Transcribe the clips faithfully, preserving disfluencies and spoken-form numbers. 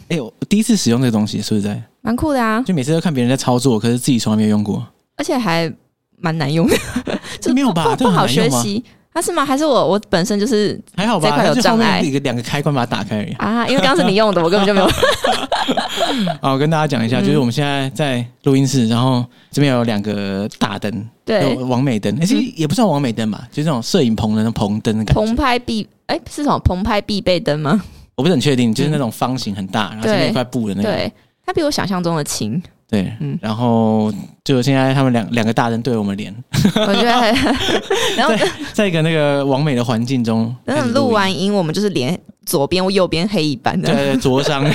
哎、欸，我第一次使用这个东西，说实在蛮酷的啊， 就每次都看别人在操作，可是自己从来没有用过， 而且还蛮难用的， 就没有吧？ 不, 不好学习。啊是吗？还是我我本身就是还好吧？ 这块有障碍， 一个两个开关把它打开而已啊。因为刚刚是你用的，我根本就没有。 好，我跟大家讲一下，嗯、就是我们现在在录音室，然后这边有两个大灯， 对， 网美灯，其实也不算网美灯吧，嗯、就是那种摄影棚的那种棚灯的感觉。 棚拍必哎、欸、是什么？棚拍必备灯吗？ 我不是很确定，就是那种方形很大，嗯、然后前面一块布的那个。 对，它比我想象中的轻。 对，嗯，然后就现在他们两两个大人对我们脸， 我觉得很，然后在在一个那个完美的环境中， 等等录完音，我们就是脸左边右边黑一半的， 对对，灼伤。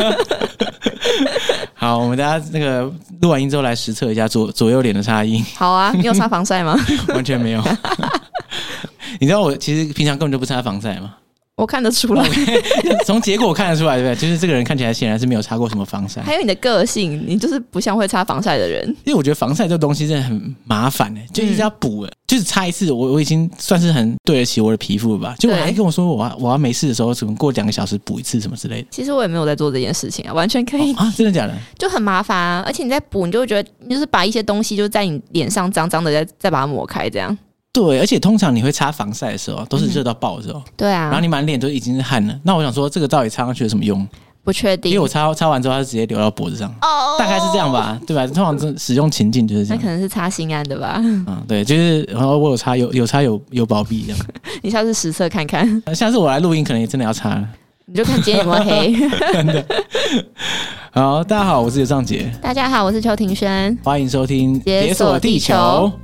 好，我们大家那个录完音之后来实测一下左左右脸的差异。 好啊，你有擦防晒吗？ 完全没有。你知道我其实平常根本就不擦防晒吗？ 我看得出来， 从结果看得出来，对不对？就是这个人看起来显然是没有擦过什么防晒。 还有你的个性，你就是不像会擦防晒的人。 因为我觉得防晒这东西真的很麻烦哎、欸，就一直要补哎、欸，嗯、就是擦一次，我我已经算是很对得起我的皮肤了吧？就我还跟我说我要我要没事的时候，怎么过两个小时补一次什么之类的。 其实我也没有在做这件事情啊，完全可以、 哦、啊，真的假的？ 就很麻烦啊，而且你在补，你就会觉得你就是把一些东西就在你脸上脏脏的再再把它抹开这样。 对，而且通常你会擦防晒的时候都是热到爆的时候、嗯， 对啊， 然后你满脸都已经是汗了。那我想说，这个到底擦上去有什么用？ 不确定， 因为我擦擦完之后，它是直接流到脖子上，哦，大概是这样吧，对吧？通常使用情境就是这样。 那可能是擦心安的吧？ 嗯，对，就是然后我有擦有有擦有有保庇这样。 你下次实测看看， 下次我来录音可能也真的要擦了。 你就看今天有没有黑。 真的。好，大家好，我是尤尚杰。 大家好，我是邱庭轩， 欢迎收听《 解锁地球》。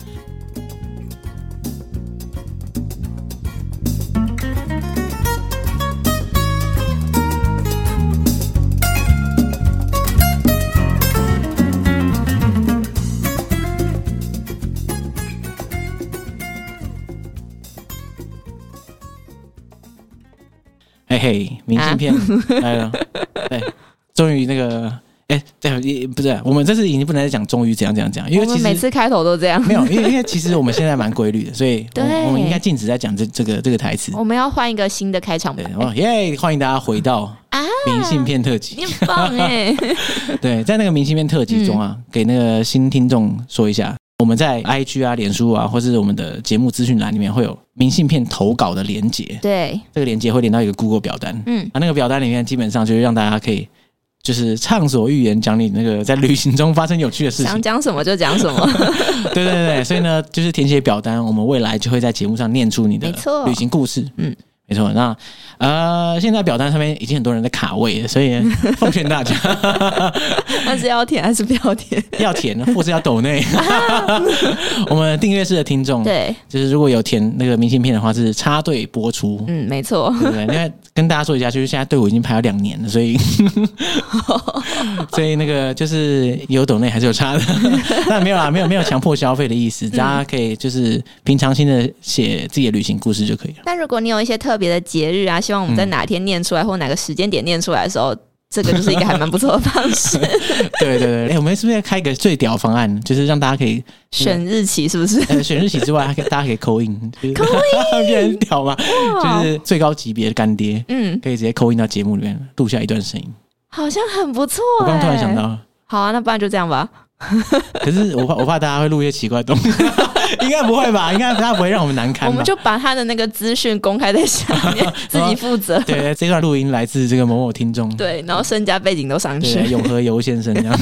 嘿嘿，明信片、啊、来了，对，终于那个，哎、欸，对，不是，我们这次已经不能再讲终于怎样怎样讲，因为其实我们每次开头都这样， 没有，因为因为其实我们现在蛮规律的，所以我, 我们应该禁止再讲这这个这个台词。 我们要换一个新的开场白， 哦耶！欢迎大家回到明信片特辑， 你很棒哎！ 对，在那个明信片特辑中啊，嗯、给那个新听众说一下。我们在 I G 啊、脸书啊，或是我们的节目资讯栏里面会有明信片投稿的连结。 对， 这个连结会连到一个 Google 表单。嗯，啊，那个表单里面基本上就是让大家可以就是畅所欲言，讲你那个在旅行中发生有趣的事情， 想讲什么就讲什么。 对对对，所以呢，就是填写表单，我们未来就会在节目上念出你的旅行故事。嗯。没错，那呃，现在表单上面已经很多人在卡位了，所以奉劝大家， 那是要填还是不要填？ 要填，或是要抖内。我们订阅式的听众， 对，就是如果有填那个明信片的话，是插队播出。 嗯，没错， 对不对？因为跟大家说一下，就是现在队伍已经排了两年了，所以所以那个就是有抖内还是有差的。那没有啦，没有没有强迫消费的意思，大家可以就是平常心的写自己的旅行故事就可以了。 但如果你有一些特别的节日啊，希望我们在哪天念出来、嗯、或哪个时间点念出来的时候，这个就是一个还蛮不错的方式。 对对对，欸、我们是不是要开一个最屌方案，就是让大家可以选日期，是不是？ 呃，选日期之外，大家可以 call in， call in 变很屌嘛，就是最高级别的干爹，嗯，可以直接 call in 到节目里面录下一段声音， 好像很不错、欸。 我刚突然想到， 好啊，那不然就这样吧。 可是我怕我怕大家会录一些奇怪的东西。应该不会吧？应该他不会让我们难堪吧。 我们就把他的那个资讯公开在下面，自己负责。 对，这段录音来自这个某某听众。 对，然后身家背景都上去。 对，永和游先生这样。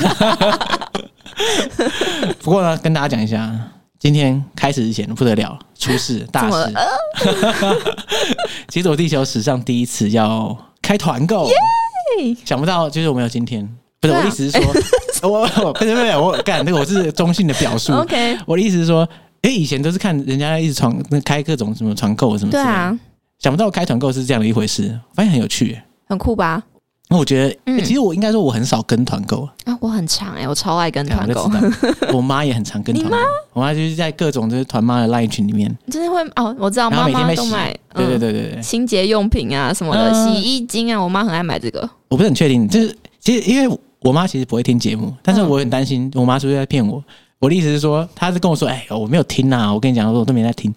不过呢，跟大家讲一下，今天开始之前不得了，出事大事。呃、解锁地球史上第一次要开团购，想不到就是我们有今天。不是、啊、我的意思是说，我我不是不是我干这个我是中性的表述。 OK， 我的意思是说，哎、欸，以前都是看人家一直传开各种什么团购什么之类的，对啊，想不到开团购是这样的一回事，发现很有趣， 很酷吧？ 那我觉得、嗯欸，其实我应该说我很少跟团购啊，我很常哎、欸，我超爱跟团购。 我妈也很常跟团购，我妈就是在各种就是团妈的 LINE 群里面， 真的会哦，我知道妈妈都买， 对对对对对， 清洁用品啊什么的，嗯、洗衣精啊，我妈很爱买这个。 我不是很确定，就是其实因为。我妈其实不会听节目，但是我很担心我妈是不是在骗我。我的意思是说，她是跟我说：“哎、欸，我没有听啊，我跟你讲，我都没在听。”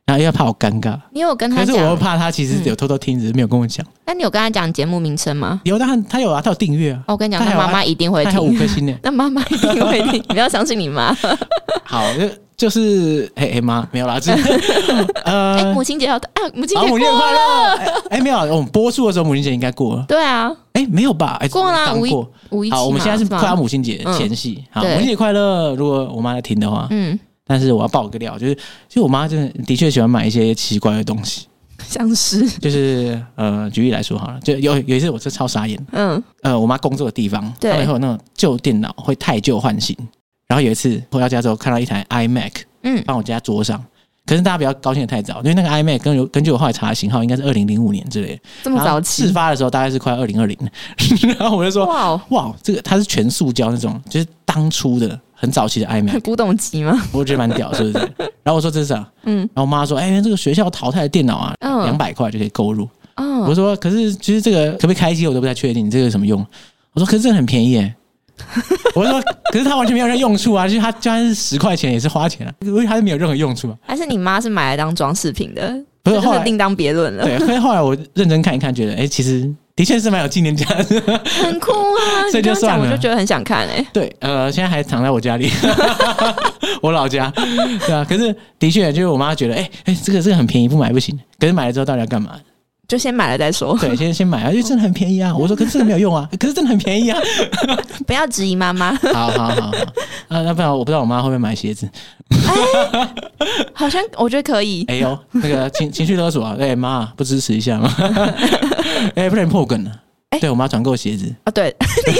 然后又怕我尴尬。 你有跟他讲？ 可是我又怕他其实有偷偷听，只是没有跟我讲。 那你有跟他讲节目名称吗？ 有，他他有啊，他有订阅啊。 我跟你讲，他妈妈一定会听， 他还有五颗星呢。 那妈妈一定会听，你不要相信你妈。 好，就就是嘿嘿妈没有啦，就是呃，欸、母亲节要啊，母亲节过了，哎、欸欸、没有，我们播出的时候母亲节应该过了。 对啊， 哎、欸、没有吧？哎、欸、 过了，五一五一。 好，我们现在是快要母亲节前夕、嗯，好，母亲节快乐。如果我妈在听的话，嗯，但是我要爆个料，就是其实我妈真的的确喜欢买一些奇怪的东西。 像是就是呃，举例来说好了，就有有一次我是超傻眼，嗯，呃，我妈工作的地方，他们会有那种旧电脑会太旧换新，然后有一次回到家之后看到一台 iMac， 嗯，放我家桌上，可是大家不要高兴的太早，因为那个 iMac 根根据我后来查的型号应该是二零零五年之类的， 这么早期， 事发的时候大概是快二零二零，然后我就说哇哇，这个它是全塑胶那种，就是当初的。很早期的 iMac， 古董级吗？ 我觉得蛮屌，是不是？然后我说这是啥？嗯，然后我妈说，哎、欸，这个学校淘汰的电脑啊，两百块就可以购入。哦，我说，可是其实这个可不可以开机，我都不太确定，这个有什么用？我说，可是这个很便宜耶。我说，可是它完全没有任何用处啊，就是它就算是十块钱也是花钱啊，因为它是没有任何用处啊。 还是你妈是买来当装饰品的？ 不是，后来另当别论了。 对，所以后来我认真看一看，觉得，哎、欸，其实。的确是蛮有纪念价值， 很酷啊！ 所以就算了， 我就觉得很想看哎、欸。 对，呃，现在还藏在我家里，我老家，对啊。可是的确，就是我妈觉得，哎、欸、哎、欸，这个这个很便宜，不买不行。可是买了之后到底要干嘛？ 就先买了再说。 对，先先买啊，因为真的很便宜啊。我说，可是这个没有用啊，可是真的很便宜啊。 不要质疑妈妈。 好好好好，啊，那不然我不知道我妈会不会买鞋子。 欸、好像我觉得可以。 哎呦，那个情情绪勒索啊！哎、欸、妈，不支持一下吗？哎、欸，不然破梗了。欸、对我妈团购鞋子啊，对。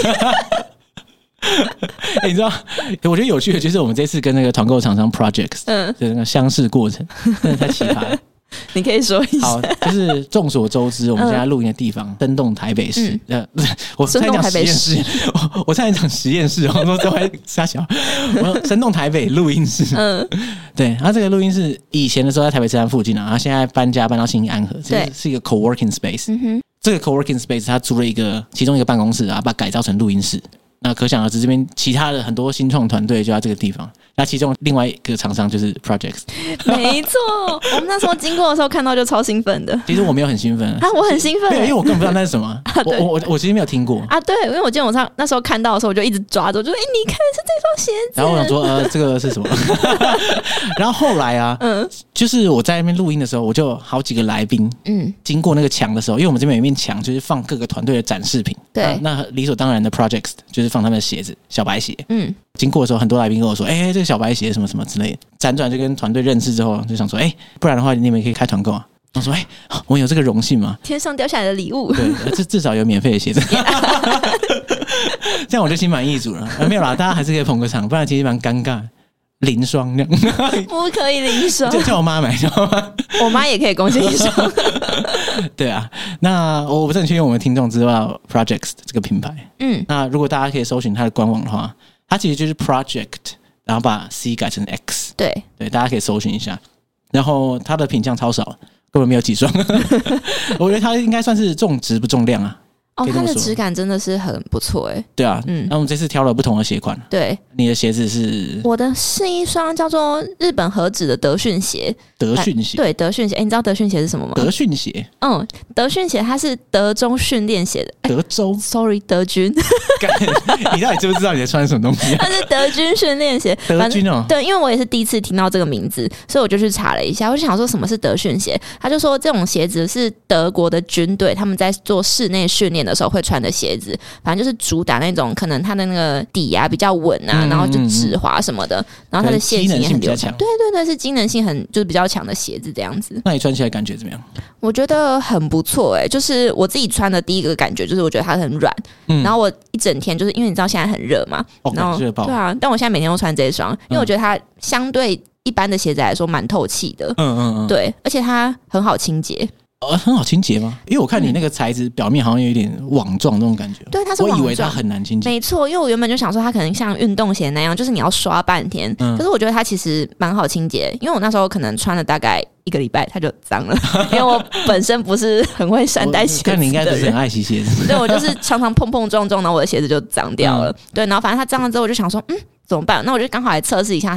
欸、你知道，我觉得有趣的就是我们这次跟那个团购厂商 Projects 的那个相识过程，真的太奇葩了。 你可以说一下。 好，就是众所周知，我们现在录音的地方，生、嗯、动台北市。呃、嗯，我差点讲实验室，我我差点讲实验室，我说这会瞎小。我生动台北录音室。嗯，对。然后这个录音室以前的时候在台北车站附近啊，然后现在搬家搬到新安和，这是一个 co-working space。嗯哼，这个 co-working space 它租了一个其中一个办公室啊，把它改造成录音室。那可想而知，这边其他的很多新创团队就在这个地方。那其中另外一个厂商就是 Projects， 没错，我们那时候经过的时候看到就超兴奋的。 其实我没有很兴奋啊，我很兴奋， 对，因为我根本不知道那是什么。啊、我我我其实没有听过啊，对，因为我记得我上那时候看到的时候，我就一直抓着，就说：“哎、欸，你看是这双鞋子。” 然后我想说，呃，这个是什么？然后后来啊，嗯，就是我在那边录音的时候，我就好几个来宾，嗯，经过那个墙的时候，因为我们这边有一面墙，就是放各个团队的展示品， 对， 啊、那理所当然的 Projects 就是放他们的鞋子，小白鞋，嗯。经过的时候，很多来宾跟我说：“哎、欸，这个小白鞋什么什么之类的。”辗转就跟团队认识之后，就想说：“哎、欸，不然的话，你们可以开团购啊。”我说：“哎、欸，我有这个荣幸吗？ 天上掉下来的礼物， 对，至至少有免费的鞋子，这样我就心满意足了。没有啦，大家还是可以捧个场，不然其实蛮尴尬。零双这样， 不可以零双， 就叫我妈买，叫我妈， 我妈也可以贡献一双。 对啊，那我不是很确定我们听众知道 Projects 这个品牌。嗯，那如果大家可以搜寻它的官网的话。它其实就是 project， 然后把 C 改成 X， 对对，大家可以搜寻一下。然后它的品项超少，根本没有几双。我觉得它应该算是重质不重量啊。 哦，它的质感真的是很不错哎。 对啊，嗯，那我们这次挑了不同的鞋款。 对， 你的鞋子是？ 我的是一双叫做日本和子的德训鞋。 德训鞋， 对，德训鞋。哎，你知道德训鞋是什么吗？ 德训鞋， 嗯，德训鞋它是德州训练鞋的。 德州 ，sorry， 德军。 你到底知不知道你在穿什么东西、啊？ 它是德军训练鞋。 德军哦， 对，因为我也是第一次听到这个名字，所以我就去查了一下。我就想说什么是德训鞋，他就说这种鞋子是德国的军队他们在做室内训练的时候会穿的鞋。鞋子，反正就是主打那种可能它的那个底啊比较稳啊，嗯、然后就止滑什么的，然后它的线性也很流畅。对对对，是机能性很就是比较强的鞋子这样子。 那你穿起来感觉怎么样？ 我觉得很不错哎、欸，就是我自己穿的第一个感觉就是我觉得它很软、嗯，然后我一整天就是因为你知道现在很热嘛， 哦、 然后热爆。 对啊，但我现在每天都穿这一双，因为我觉得它相对一般的鞋子来说蛮透气的，嗯嗯嗯，对，而且它很好清洁。 呃，很好清洁吗？因为我看你那个材质表面好像有一点网状那种感觉。 对，它是网状。 我以为它很难清洁。 没错，因为我原本就想说它可能像运动鞋那样，就是你要刷半天。嗯、可是我觉得它其实蛮好清洁，因为我那时候可能穿了大概一个礼拜，它就脏了。因为我本身不是很会善待鞋子的人， 看你应该不是很爱惜鞋子。 对，我就是常常碰碰撞撞，然后我的鞋子就脏掉了。嗯、对，然后反正它脏了之后，我就想说，嗯，怎么办？那我就刚好来测试一下它的。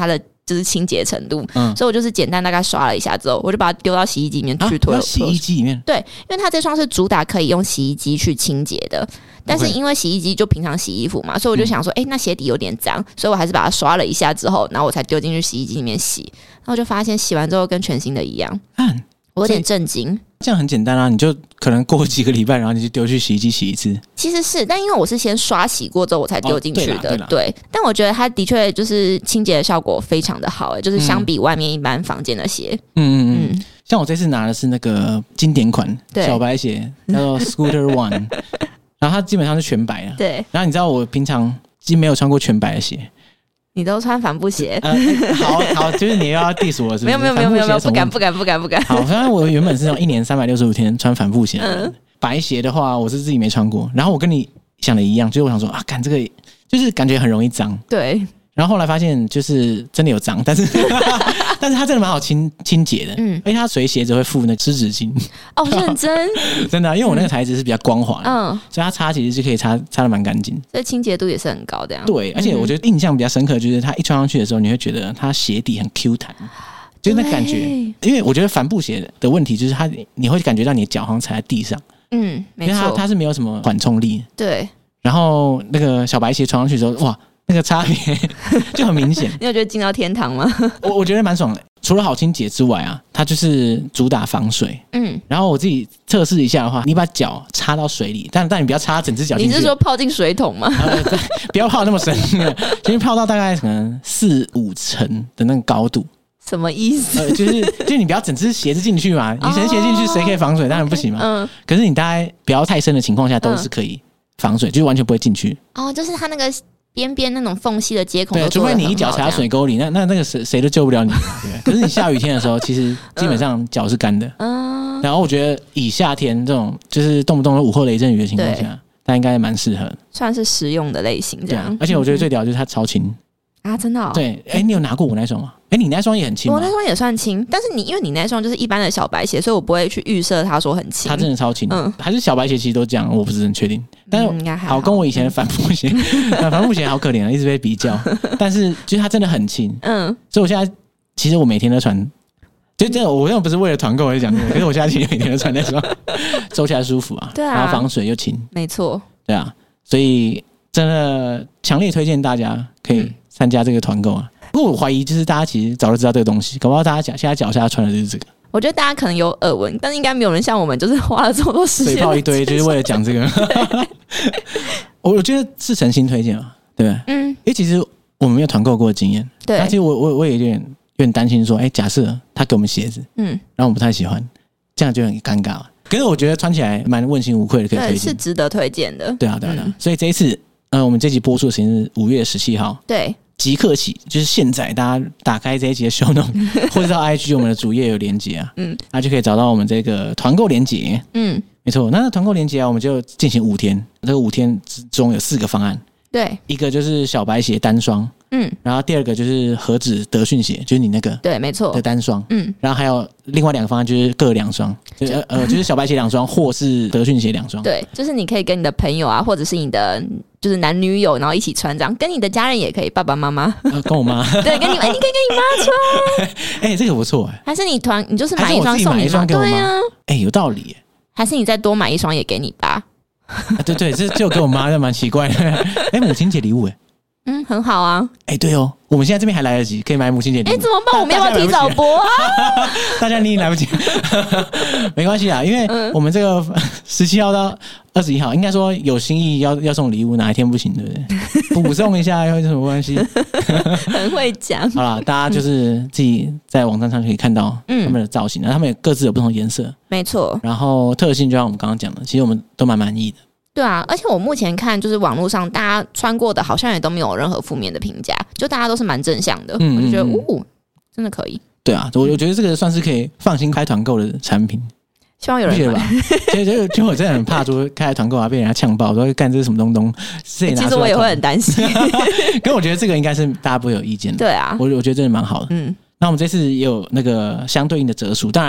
就是清洁程度、嗯、所以我就是简单大概刷了一下之后，我就把它丢到洗衣机里面去脱、啊、 洗衣机里面。 对，因为它这双是主打可以用洗衣机去清洁的，但是因为洗衣机就平常洗衣服嘛，所以我就想说哎、嗯欸，那鞋底有点脏，所以我还是把它刷了一下之后，然后我才丢进去洗衣机里面洗，然后就发现洗完之后跟全新的一样、嗯、我有点震惊。 这样很简单啊，你就可能过几个礼拜，然后你就丢去洗衣机洗一次。 其实是，但因为我是先刷洗过之后我才丢进去的、哦、对, 对，但我觉得它的确就是清洁的效果非常的好、欸、就是相比外面一般房间的鞋。嗯嗯嗯，像我这次拿的是那个经典款小白鞋，叫做 Scooter One 然后它基本上是全白的。 对， 然后你知道我平常其实没有穿过全白的鞋。 你都穿帆布鞋？ 呃、好好，就是你又要 diss 我是不是？ 没有没有没有没有没有，不敢不敢不敢不敢。 好，反正我原本是那种一年三百六十五天穿帆布鞋的人、嗯、白鞋的话，我是自己没穿过。然后我跟你想的一样，就是我想说啊，干这个就是感觉很容易脏。 对。 然后后来发现就是真的有脏，但是但是它真的蛮好清清洁的，嗯，而且它随鞋子会附那个湿纸巾。 哦，认真， 真的、啊，因为我那个材质是比较光滑的，嗯，所以它擦其实是可以擦擦的蛮干净， 所以清洁度也是很高的呀。 对，而且我觉得印象比较深刻就是它一穿上去的时候，你会觉得它鞋底很 Q 弹，就是那感觉。因为我觉得帆布鞋的问题就是它你会感觉到你的脚好像踩在地上，嗯，没错，因为它它是没有什么缓冲力， 对。 然后那个小白鞋穿上去之后，哇！那个差别就很明显。 你有觉得进到天堂吗？ 我我觉得蛮爽的。除了好清洁之外啊，它就是主打防水。嗯，然后我自己测试一下的话，你把脚插到水里，但但你不要插整只脚进去。 你是说泡进水桶吗？ 呃、不要泡那么深，其实泡到大概可能四五层的那个高度。 什么意思？ 呃、就是就是你不要整只鞋子进去嘛，你整只鞋进去谁可以防水？当然不行嘛。嗯。可是你大概不要太深的情况下都是可以防水，嗯、就是完全不会进去。 哦，就是它那个。边边那种缝隙的接孔， 对，除非你一脚踩到水沟里，那那那个谁谁都救不了你。对，可是你下雨天的时候，其实基本上脚是干的。嗯，然后我觉得以夏天这种就是动不动午后雷阵雨的情况下，它应该蛮适合， 算是实用的类型这样。 对啊，而且我觉得最屌就是它超轻啊，真的、哦。 对，哎，你有拿过我那双吗？哎，你那双也很轻吗？ 我那双也算轻，但是你因为你那双就是一般的小白鞋，所以我不会去预设它说很轻。 它真的超轻，嗯，还是小白鞋其实都这样，我不是很确定。但是、嗯、 应该还好, 好跟我以前的帆布鞋，帆布鞋好可怜啊，一直被比较。但是就是它真的很轻，嗯，所以我现在其实我每天都穿，就真的我真的不是为了团购来讲这个，可是我现在其实每天都穿那双，走起来舒服啊，对啊，然后防水又轻， 没错， 对啊，所以真的强烈推荐大家可以参加这个团购啊。不过我怀疑就是大家其实早就知道这个东西，搞不好大家现在脚下穿的就是这个。 我觉得大家可能有耳闻，但是应该没有人像我们就是花了这么多时间水泡一堆就是为了讲这个。我觉得是诚心推荐嘛，对不对？嗯，因为其实我们没有团购过的经验，对。其实我我我也有点有点担心说，哎，假设他给我们鞋子，嗯，然后我们不太喜欢，这样就很尴尬。可是我觉得穿起来蛮问心无愧的，可以推荐， 是值得推荐的。 对啊，对啊，对啊。嗯、所以这一次，呃，我们这集播出的时间是五月十七号， 对。 即刻起，就是现在，大家打开这一集的 show note， 或者到 I G 我们的主页有连结啊，嗯，那就可以找到我们这个团购连结，嗯，没错。那团购连结啊，我们就进行五天，这个五天之中有四个方案， 对， 一个就是小白鞋单双，嗯，然后第二个就是盒子德训鞋，就是你那个， 对，没错的单双，嗯，然后还有另外两个方案就是各两双，就呃就是小白鞋两双，或是德训鞋两双， 对，就是你可以跟你的朋友啊，或者是你的。就是男女友，然后一起穿这样，跟你的家人也可以，爸爸妈妈， 呃、跟我妈， 对，跟你，哎、欸，你可以跟你妈穿， 哎、欸，这个不错哎， 还是你团，你就是买一双送你妈，对啊， 哎、欸，有道理， 还是你再多买一双也给你爸， 啊、对对，这就给我妈，那蛮奇怪的，哎、欸，母亲节礼物哎。 嗯，很好啊。 哎、欸，对哦，我们现在这边还来得及，可以买母亲节礼物。 哎、欸，怎么办？我们要不要提早播啊？ 大家你已经来不及，没关系啊，因为我们这个十七号到二十一号，应该说有心意要要送礼物，哪一天不行，对不对？补送一下有什么关系？ 很会讲。 好啦，大家就是自己在网站上可以看到他们的造型，嗯、他们也各自有不同颜色， 没错。 然后特性就像我们刚刚讲的，其实我们都蛮满意的。 对啊，而且我目前看就是网络上大家穿过的，好像也都没有任何负面的评价，就大家都是蛮正向的，嗯、我就觉得哦，真的可以。 对啊，我我觉得这个算是可以放心开团购的产品。 希望有人买吧。 就就就我真的很怕说开团购啊被人家呛爆，说干这是什么东东。其实我也会很担心。 可我觉得这个应该是大家不会有意见的。 对啊， 我我觉得真的蛮好的。嗯，那我们这次也有那个相对应的折数，当然。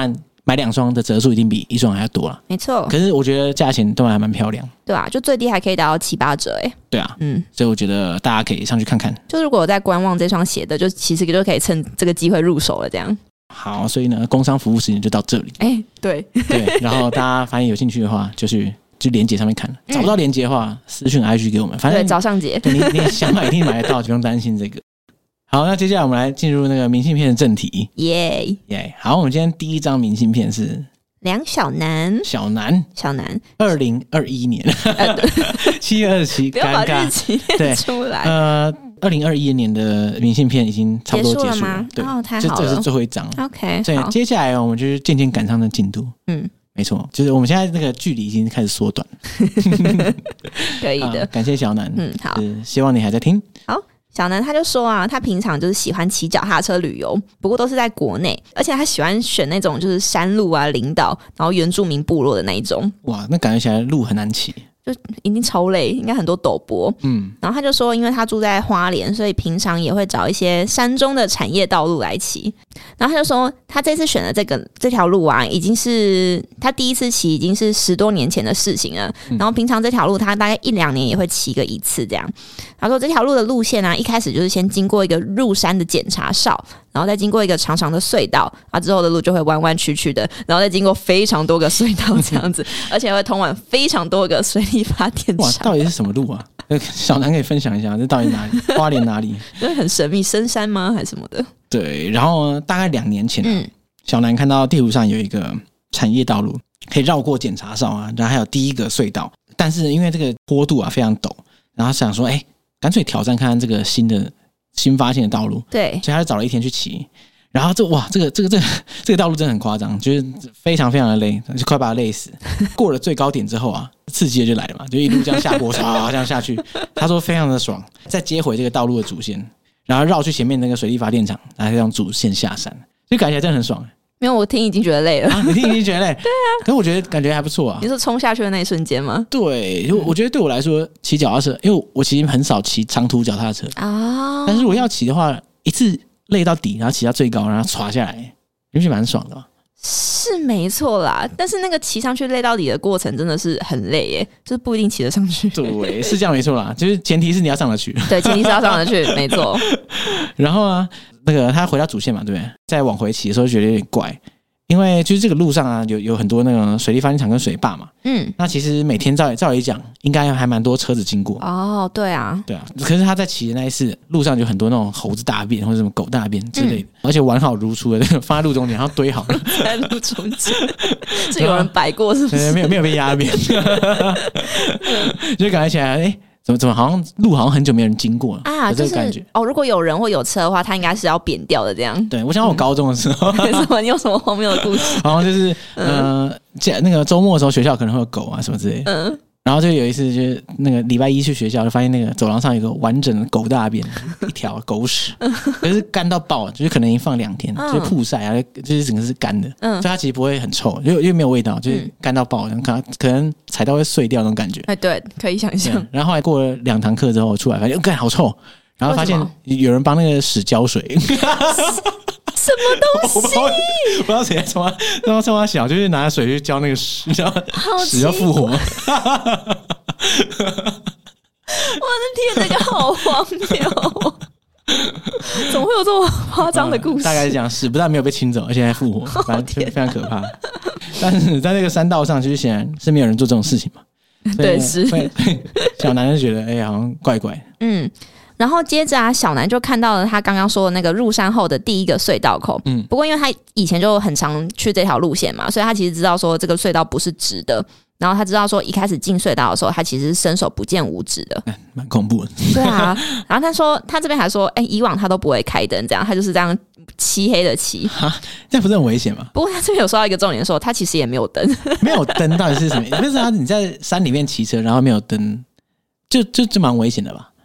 买两双的折数一定比一双还要多啦。 没错。 可是我觉得价钱都还蛮漂亮。 对啊，就最低还可以达到七八折哎。 对啊，嗯，所以我觉得大家可以上去看看。 就如果有在观望这双鞋的，就其实就可以趁这个机会入手了这样。 好，所以呢，工商服务时间就到这里。 哎、欸，对对，然后大家发现有兴趣的话，就去就连结上面看，嗯、找不到连结的话，私讯 I G 给我们。反正对，早上节， 你你想买一定买得到，就不用担心这个。好，那接下来我们来进入那个明信片的正题。 耶耶！好，我们今天第一张明信片是梁小南， 小南， 小南， 二零二一年七月二十七， 不要把日期念出来。 呃。二零二一年的明信片已经差不多结束 了, 结束了吗？ 对， 哦，太好了， 这是最后一张。 OK， 所以接下来我们就是渐渐赶上的进度。嗯，没错，就是我们现在那个距离已经开始缩短。 可以的， 感谢小南。 嗯，好， 希望你还在听。 好，小南他就说啊，他平常就是喜欢骑脚踏车旅游，不过都是在国内，而且他喜欢选那种就是山路啊、林道，然后原住民部落的那一种。 哇，那感觉起来路很难骑。 就一定超累，应该很多陡坡。嗯，然后他就说，因为他住在花莲，所以平常也会找一些山中的产业道路来骑。然后他就说，他这次选的这个这条路啊，已经是他第一次骑，已经是十多年前的事情了。嗯、然后平常这条路，他大概一两年也会骑个一次这样。他说这条路的路线啊，一开始就是先经过一个入山的检查哨，然后再经过一个长长的隧道，啊，之后的路就会弯弯曲曲的，然后再经过非常多个隧道这样子，而且会通往非常多个水力发电厂。 哇，到底是什么路啊？小南可以分享一下，这到底哪里？花莲哪里？ 就是很神秘，深山吗？还是什么的？ 对，然后大概两年前、啊嗯，小南看到地图上有一个产业道路，可以绕过检查哨啊，然后还有第一个隧道，但是因为这个坡度啊非常陡，然后想说，哎，干脆挑战看看这个新的。新发现的道路， 对， 所以他就找了一天去骑，然后这哇，这个这个这个这个道路真的很夸张，就是非常非常的累，就快把他累死。过了最高点之后啊，刺激的就来了嘛，就一路这样下坡，唰这样下去。他说非常的爽，再接回这个道路的主线，然后绕去前面那个水力发电厂，然后让主线下山，就感觉起来真的很爽。 没有，我听已经觉得累了。 啊、你听已经觉得累？ 对啊。 可是我觉得感觉还不错啊。 你说冲下去的那一瞬间吗？ 对，就我觉得对我来说，骑脚踏车，因为我其实很少骑长途脚踏车啊。但是如果要骑的话，一次累到底，然后骑到最高，然后滑下来，你不是蛮爽的吗？ 是没错啦，但是那个骑上去累到底的过程真的是很累耶，就是不一定骑得上去。 对，是这样没错啦，就是前提是你要上得去。 对，前提是要上得去，没错。 然后啊，那个他回到主线嘛，对不对？再往回骑的时候觉得有点怪。因为就是这个路上啊，有有很多那个水力发电厂跟水坝嘛，嗯，那其实每天照照理讲，应该还蛮多车子经过。哦， 对啊， 对啊。可是他在骑的那一次，路上有很多那种猴子大便或者什么狗大便之类的，嗯、而且完好如初的那个放在路中间，然后堆好了， 在路中间是有人摆过是不是？ 没有没有被压扁，就感觉起来哎。怎么怎么好像路好像很久没有人经过了啊？这个感觉、就是、 哦，如果有人或有车的话，它应该是要扁掉的这样。 对，我想我高中的时候， 为什么你有什么荒谬的故事？ 好像就是呃，那个周末的时候，学校可能会有狗啊什么之类的。嗯。然后就有一次，就是那个礼拜一去学校，就发现那个走廊上有个完整的狗大便，一条狗屎，可是干到爆，就是可能已经放两天，嗯、就是曝晒啊，就是整个是干的，嗯，所以它其实不会很臭，因为因为没有味道，就是干到爆，可能可能踩到会碎掉那种感觉。 哎，对，可以想象。 然后后来过了两堂课之后出来，发现干好臭，然后发现有人帮那个屎浇水。 什么东西？ 我不知道谁在冲他，让他冲他小，就是拿水去浇那个屎，然后屎要复活。我的天，这个好荒谬！怎么会有这么夸张的故事？ 嗯、大概是讲屎不但没有被清走，而且还复活，反正非常可怕。但是在那个山道上，就是显然是没有人做这种事情嘛。 对，是小男人觉得，哎、欸，好像怪怪的。 嗯。然后接着啊，小南就看到了他刚刚说的那个入山后的第一个隧道口。嗯，不过因为他以前就很常去这条路线嘛，所以他其实知道说这个隧道不是直的。然后他知道说一开始进隧道的时候，他其实是伸手不见五指的， 蛮恐怖的。 对啊，然后他说他这边还说，哎，以往他都不会开灯，这样他就是这样漆黑的漆。 哈，这样不是很危险吗？ 不过他这边有说到一个重点，说他其实也没有灯。 没有灯到底是什么？为什么你在山里面骑车，然后没有灯，就就就蛮危险的吧？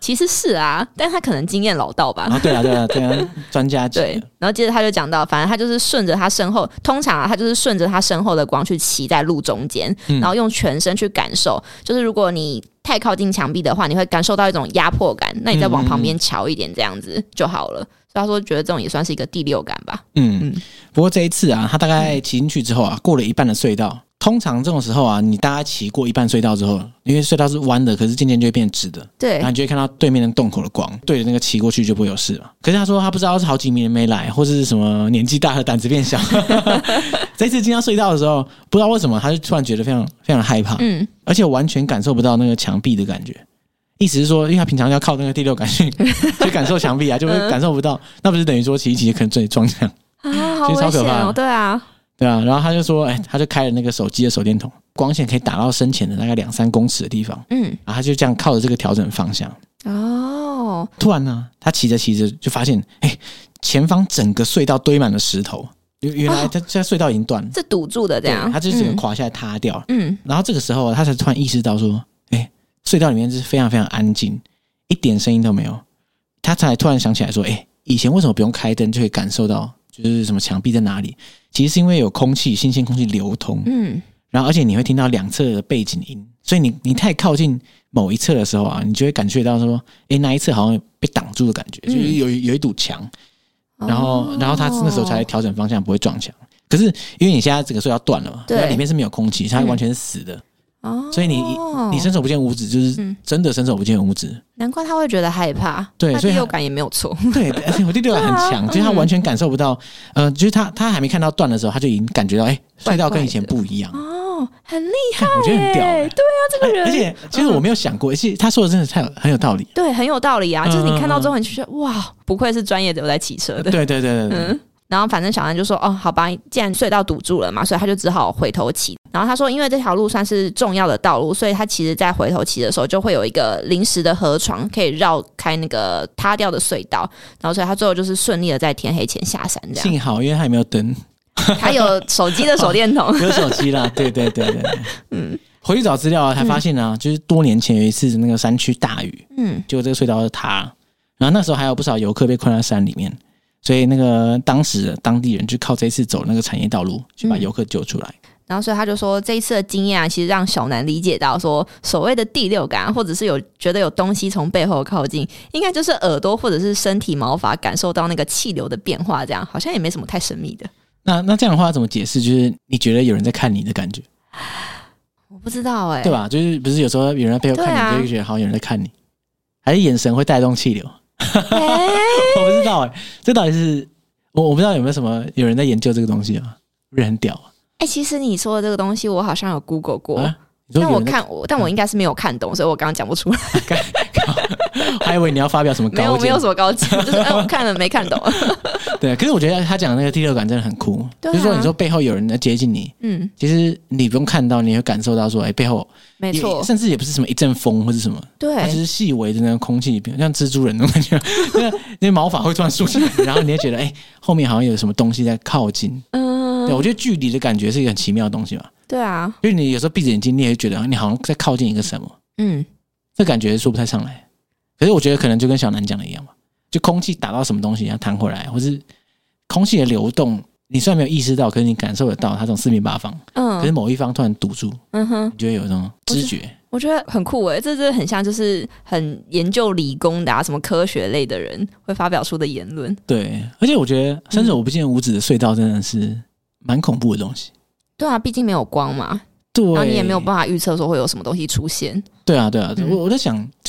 其实是啊，但他可能经验老道吧。 哦、对啊，对啊，对啊，专家级的。 对，然后接着他就讲到，反正他就是顺着他身后，通常啊，他就是顺着他身后的光去骑在路中间，然后用全身去感受。嗯、就是如果你太靠近墙壁的话，你会感受到一种压迫感，那你再往旁边瞧一点，这样子就好了。嗯嗯嗯，所以他说，觉得这种也算是一个第六感吧。嗯嗯。 不过这一次啊，他大概骑进去之后啊，过了一半的隧道。通常这种时候啊，你大概骑过一半隧道之后，因为隧道是弯的，可是渐渐就会变直的， 对， 然后你就会看到对面的洞口的光，对着那个骑过去就不会有事了。可是他说他不知道是好几年没来，或是什么年纪大了胆子变小，这次进到隧道的时候，不知道为什么他就突然觉得非常非常害怕，嗯，而且完全感受不到那个墙壁的感觉。意思是说，因为他平常要靠那个第六感去去感受墙壁啊，就会感受不到，嗯、那不是等于说骑一骑可能自己撞墙啊，好危险哦，对啊。 对啊，然后他就说，哎，他就开了那个手机的手电筒，光线可以打到身前的大概两三公尺的地方，嗯，然后他就这样靠着这个调整方向。哦，突然呢，他骑着骑着就发现，哎，前方整个隧道堆满了石头，原来他现在隧道已经断了， 是堵住的这样， 他就整个垮下来塌掉。嗯，然后这个时候他才突然意识到说，哎，隧道里面是非常非常安静，一点声音都没有。他才突然想起来说，哎，以前为什么不用开灯就可以感受到？就是什么墙壁在哪里？其实是因为有空气，新鲜空气流通，嗯，然后而且你会听到两侧的背景音，所以你你太靠近某一侧的时候啊，你就会感觉到说，哎，那一侧好像被挡住的感觉，就是有有一堵墙，然后然后他那时候才调整方向，不会撞墙。可是因为你现在整个隧道断了嘛，对，里面是没有空气，它完全是死的。哦，所以你你伸手不见五指，就是真的伸手不见五指。 难怪他会觉得害怕， 对，所以第六感也没有错。 对，而且我第六感很强，就是他完全感受不到，呃，就是他他还没看到断的时候，他就已经感觉到，哎，隧道跟以前不一样。 哦，很厉害， 我觉得很屌。 对啊，这个人， 而且其实我没有想过，其实他说的真的太有很有道理。 对，很有道理啊，就是你看到之后，你就觉得哇，不愧是专业的有在骑车的。 对对对对对。嗯， 然后反正小安就说，哦，好吧，既然隧道堵住了嘛，所以他就只好回头骑。然后他说，因为这条路算是重要的道路，所以他其实在回头骑的时候就会有一个临时的河床可以绕开那个塌掉的隧道，然后所以他最后就是顺利的在天黑前下山这样。 幸好因为他也没有灯， 他有手机的手电筒、哦、 有手机啦，对对对对，嗯，回去找资料啊，才发现啊、嗯、就是多年前有一次那个山区大雨，嗯，结果这个隧道就塌了，然后那时候还有不少游客被困在山里面，所以那个当时的当地人就靠这次走那个产业道路去把游客救出来、嗯， 然后所以他就说这一次的经验啊，其实让小南理解到说所谓的第六感，或者是有觉得有东西从背后靠近，应该就是耳朵或者是身体毛发感受到那个气流的变化，这样好像也没什么太神秘的。 那那这样的话怎么解释？就是你觉得有人在看你的感觉？ 我不知道哎、欸， 对吧？就是不是有时候有人在背后看你，啊、就会觉得好像有人在看你，还是眼神会带动气流？欸、我不知道哎、欸，这到底是我我不知道有没有什么有人在研究这个东西啊？不是很屌啊？ 哎、欸，其实你说的这个东西，我好像有 Google 过，啊、但我看我，但我应该是没有看懂，所以我刚刚讲不出来。 还以为你要发表什么高见， 没有没有什么高见，就是、哎、我看了没看懂。 对，可是我觉得他讲的那个第六感真的很酷，啊、就是说你说背后有人在接近你，嗯，其实你不用看到，你会感受到说，哎，背后没错， 甚至也不是什么一阵风或是什么， 对， 它只是细微的那个空气，像蜘蛛人那种感觉，那那毛发会突然竖起来，然后你会觉得，哎，后面好像有什么东西在靠近，嗯，对，我觉得距离的感觉是一个很奇妙的东西嘛， 对啊， 因为你有时候闭着眼睛，你也会觉得你好像在靠近一个什么，嗯，这感觉说不太上来。可是我觉得可能就跟小南讲的一样嘛，就空气打到什么东西要弹回来，或是空气的流动，你虽然没有意识到，可是你感受得到它从四面八方，嗯，可是某一方突然堵住，嗯哼，你就会有这种知觉。 我觉得很酷诶，这真的很像就是很研究理工的啊，什么科学类的人会发表出的言论。 对，而且我觉得伸手不见五指的隧道真的是蛮恐怖的东西。 对啊，毕竟没有光嘛， 对， 然后你也没有办法预测说会有什么东西出现。 对啊，对啊，嗯、我我在想就是。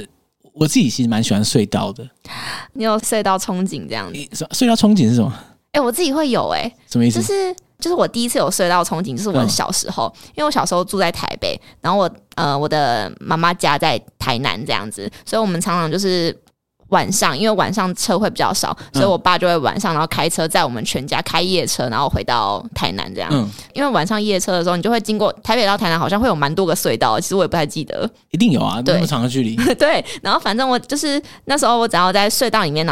我自己其实蛮喜欢隧道的。 你有隧道憧憬这样子？ 隧道憧憬是什么？ 哎、欸，我自己会有哎、欸， 什么意思？ 就是就是我第一次有隧道憧憬，就是我小时候，嗯、因为我小时候住在台北，然后我呃我的妈妈家在台南这样子，所以我们常常就是晚上，因为晚上车会比较少，所以我爸就会晚上然后开车载我们全家开夜车，然后回到台南这样。嗯，因为晚上夜车的时候，你就会经过台北到台南，好像会有蛮多个隧道，其实我也不太记得。 一定有啊，那么长的距离。 对，然后反正我就是那时候我只要在隧道里面，然后一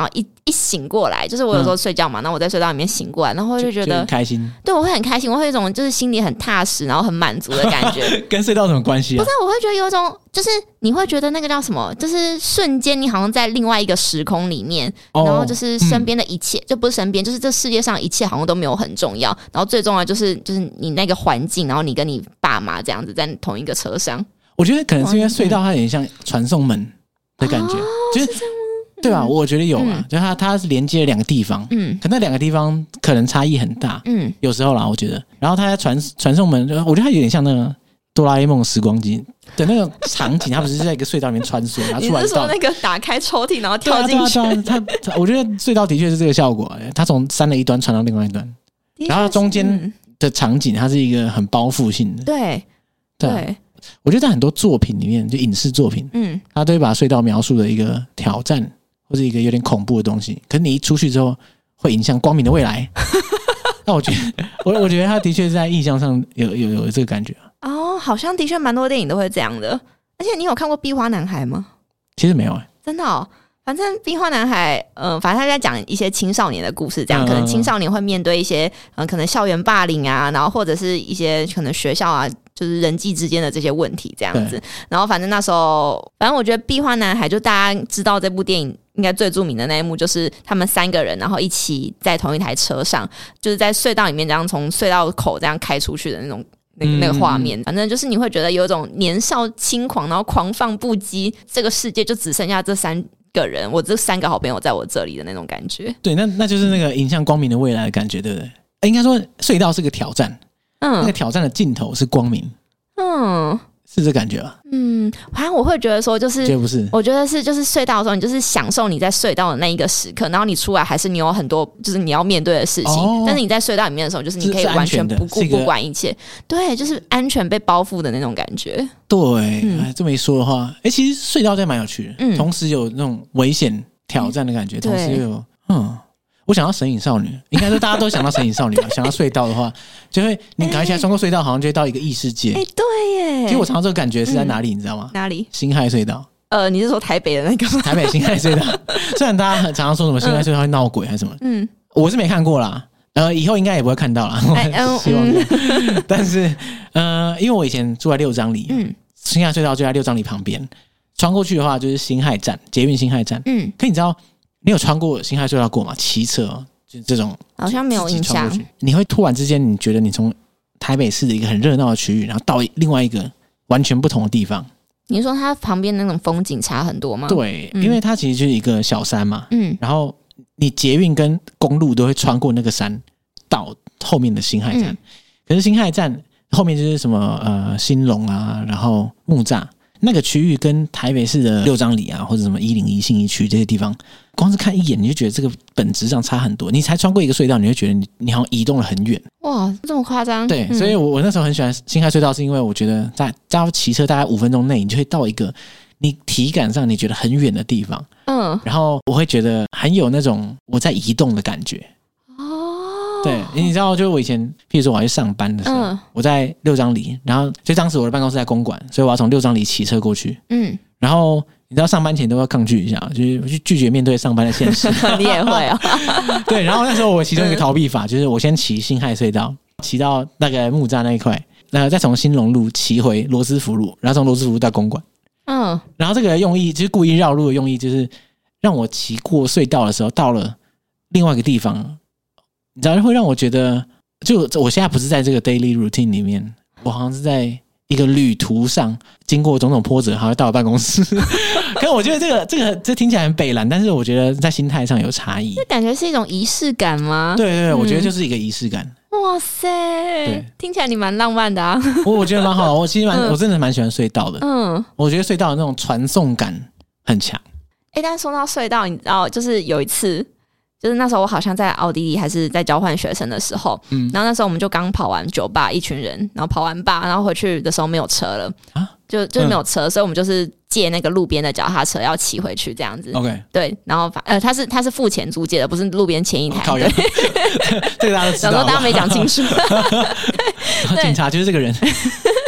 一醒过来，就是我有时候睡觉嘛，然后我在隧道里面醒过来，然后我就觉得就很开心。 对，我会很开心，我会有一种就是心里很踏实，然后很满足的感觉。 跟隧道有什么关系啊？ 不是，我会觉得有一种，就是你会觉得那个叫什么，就是瞬间你好像在另外一个时空里面，哦、然后就是身边的一切，嗯、就不是身边，就是这世界上一切好像都没有很重要，然后最重要就是就是你那个环境，然后你跟你爸妈这样子在同一个车上。 我觉得可能是因为隧道它有点像传送门的感觉，哦、就是。对吧？我觉得有啊，嗯、就它它是连接了两个地方，嗯，可那两个地方可能差异很大，嗯，有时候啦，我觉得。然后它在传传送门，我觉得它有点像那个哆啦 A 梦时光机的那个场景，它不是在一个隧道里面穿梭，然后出来。 你是说那个打开抽屉然后跳进去？ 对啊，对啊，它它，我觉得隧道的确是这个效果，它从山的一端传到另外一端，然后中间的场景它是一个很包覆性的， 对对。对我觉得在很多作品里面，就影视作品，嗯，它都会把隧道描述的一个挑战。或是一个有点恐怖的东西，可是你一出去之后会影响光明的未来。那我觉得，我我觉得他的确是在意象上有有有这个感觉哦，好像的确蛮多电影都会这样的。而且你有看过《壁花男孩》吗？ 其实没有哎、欸， 真的哦。反正《壁花男孩》嗯、呃，反正他在讲一些青少年的故事，这样、嗯、可能青少年会面对一些嗯、呃，可能校园霸凌啊，然后或者是一些可能学校啊。就是人际之间的这些问题这样子，然后反正那时候，反正我觉得《壁花男孩》就大家知道这部电影应该最著名的那一幕，就是他们三个人然后一起在同一台车上，就是在隧道里面这样从隧道口这样开出去的那种那个那个画面，反正就是你会觉得有一种年少轻狂，然后狂放不羁，这个世界就只剩下这三个人，我这三个好朋友在我这里的那种感觉。 对，那那就是那个迎向光明的未来的感觉，对不对？应该说隧道是个挑战。嗯，那个挑战的尽头是光明，嗯，是这感觉吧？ 嗯，反正我会觉得说，就是觉得不是， 我觉得是，就是隧道的时候，你就是享受你在隧道的那一个时刻，然后你出来还是你有很多就是你要面对的事情，哦、但是你在隧道里面的时候，就是你可以完全不顾不管一切，对，就是安全被包覆的那种感觉。 对，嗯、这么一说的话，哎、欸，其实隧道真蛮有趣的，嗯，同时有那种危险挑战的感觉，嗯、同时又有嗯。我想到神隐少女，应该说大家都想到神隐少女吧。想到隧道的话，就会你赶起来穿过隧道，好像就会到一个异世界。哎、 欸，对耶！ 其实我常常这个感觉是在哪里，嗯、你知道吗？ 哪里？ 辛亥隧道。 呃，你是说台北的那个吗？ 台北辛亥隧道。虽然大家很常常说什么辛亥隧道会闹鬼还是什么，嗯，我是没看过啦。呃，以后应该也不会看到啦。我希望、嗯。但是，呃，因为我以前住在六张里，嗯，辛亥隧道就在六张里旁边，穿过去的话就是辛亥站，捷运辛亥站。嗯，可你知道？你有穿过辛亥隧道过吗？骑车、哦、就这种好像没有印象。 你会突然之间，你觉得你从台北市的一个很热闹的区域，然后到另外一个完全不同的地方。 你说它旁边那种风景差很多吗？ 对，嗯、因为它其实就是一个小山嘛。嗯，然后你捷运跟公路都会穿过那个山到后面的辛亥站。嗯、可是辛亥站后面就是什么呃兴隆啊，然后木栅。那个区域跟台北市的六张里啊，或者什么一零一信义区这些地方，光是看一眼你就觉得这个本质上差很多。你才穿过一个隧道，你就觉得你你好像移动了很远。 哇，这么夸张？ 对，嗯、所以我我那时候很喜欢辛亥隧道，是因为我觉得在在骑车大概五分钟内，你就会到一个你体感上你觉得很远的地方。嗯，然后我会觉得很有那种我在移动的感觉。对，你知道，就我以前，譬如说我要去上班的时候，嗯、我在六张里，然后就当时我的办公室在公馆，所以我要从六张里骑车过去。嗯，然后你知道上班前都要抗拒一下，就是去拒绝面对上班的现实。 你也会啊？ 对，然后那时候我其中一个逃避法、嗯、就是我先骑辛亥隧道，骑到那个木栅那一块，然后再从兴隆路骑回罗斯福路，然后从罗斯福路到公馆。嗯，然后这个用意就是故意绕路的用意，就是让我骑过隧道的时候，到了另外一个地方。你知道会让我觉得，就我现在不是在这个 daily routine 里面，我好像是在一个旅途上，经过种种波折，好像到了办公室。可是我觉得这个这个这听起来很北蓝，但是我觉得在心态上有差异。 这感觉是一种仪式感吗？ 对对对，嗯、我觉得就是一个仪式感。 哇塞，听起来你蛮浪漫的啊！ 我我觉得蛮好的，我其实蛮、嗯、我真的蛮喜欢隧道的。嗯，我觉得隧道的那种传送感很强。 哎，但说到隧道，你知道，就是有一次。就是那时候我好像在奥地利还是在交换学生的时候，嗯，然后那时候我们就刚跑完酒吧，一群人，然后跑完吧，然后回去的时候没有车了啊，就就是没有车，嗯、所以我们就是借那个路边的脚踏车要骑回去这样子。OK， 对，然后呃，他是他是付钱租借的，不是路边前一台。对， 这个大家都知道。 然后大家没讲清楚。 警察就是这个人。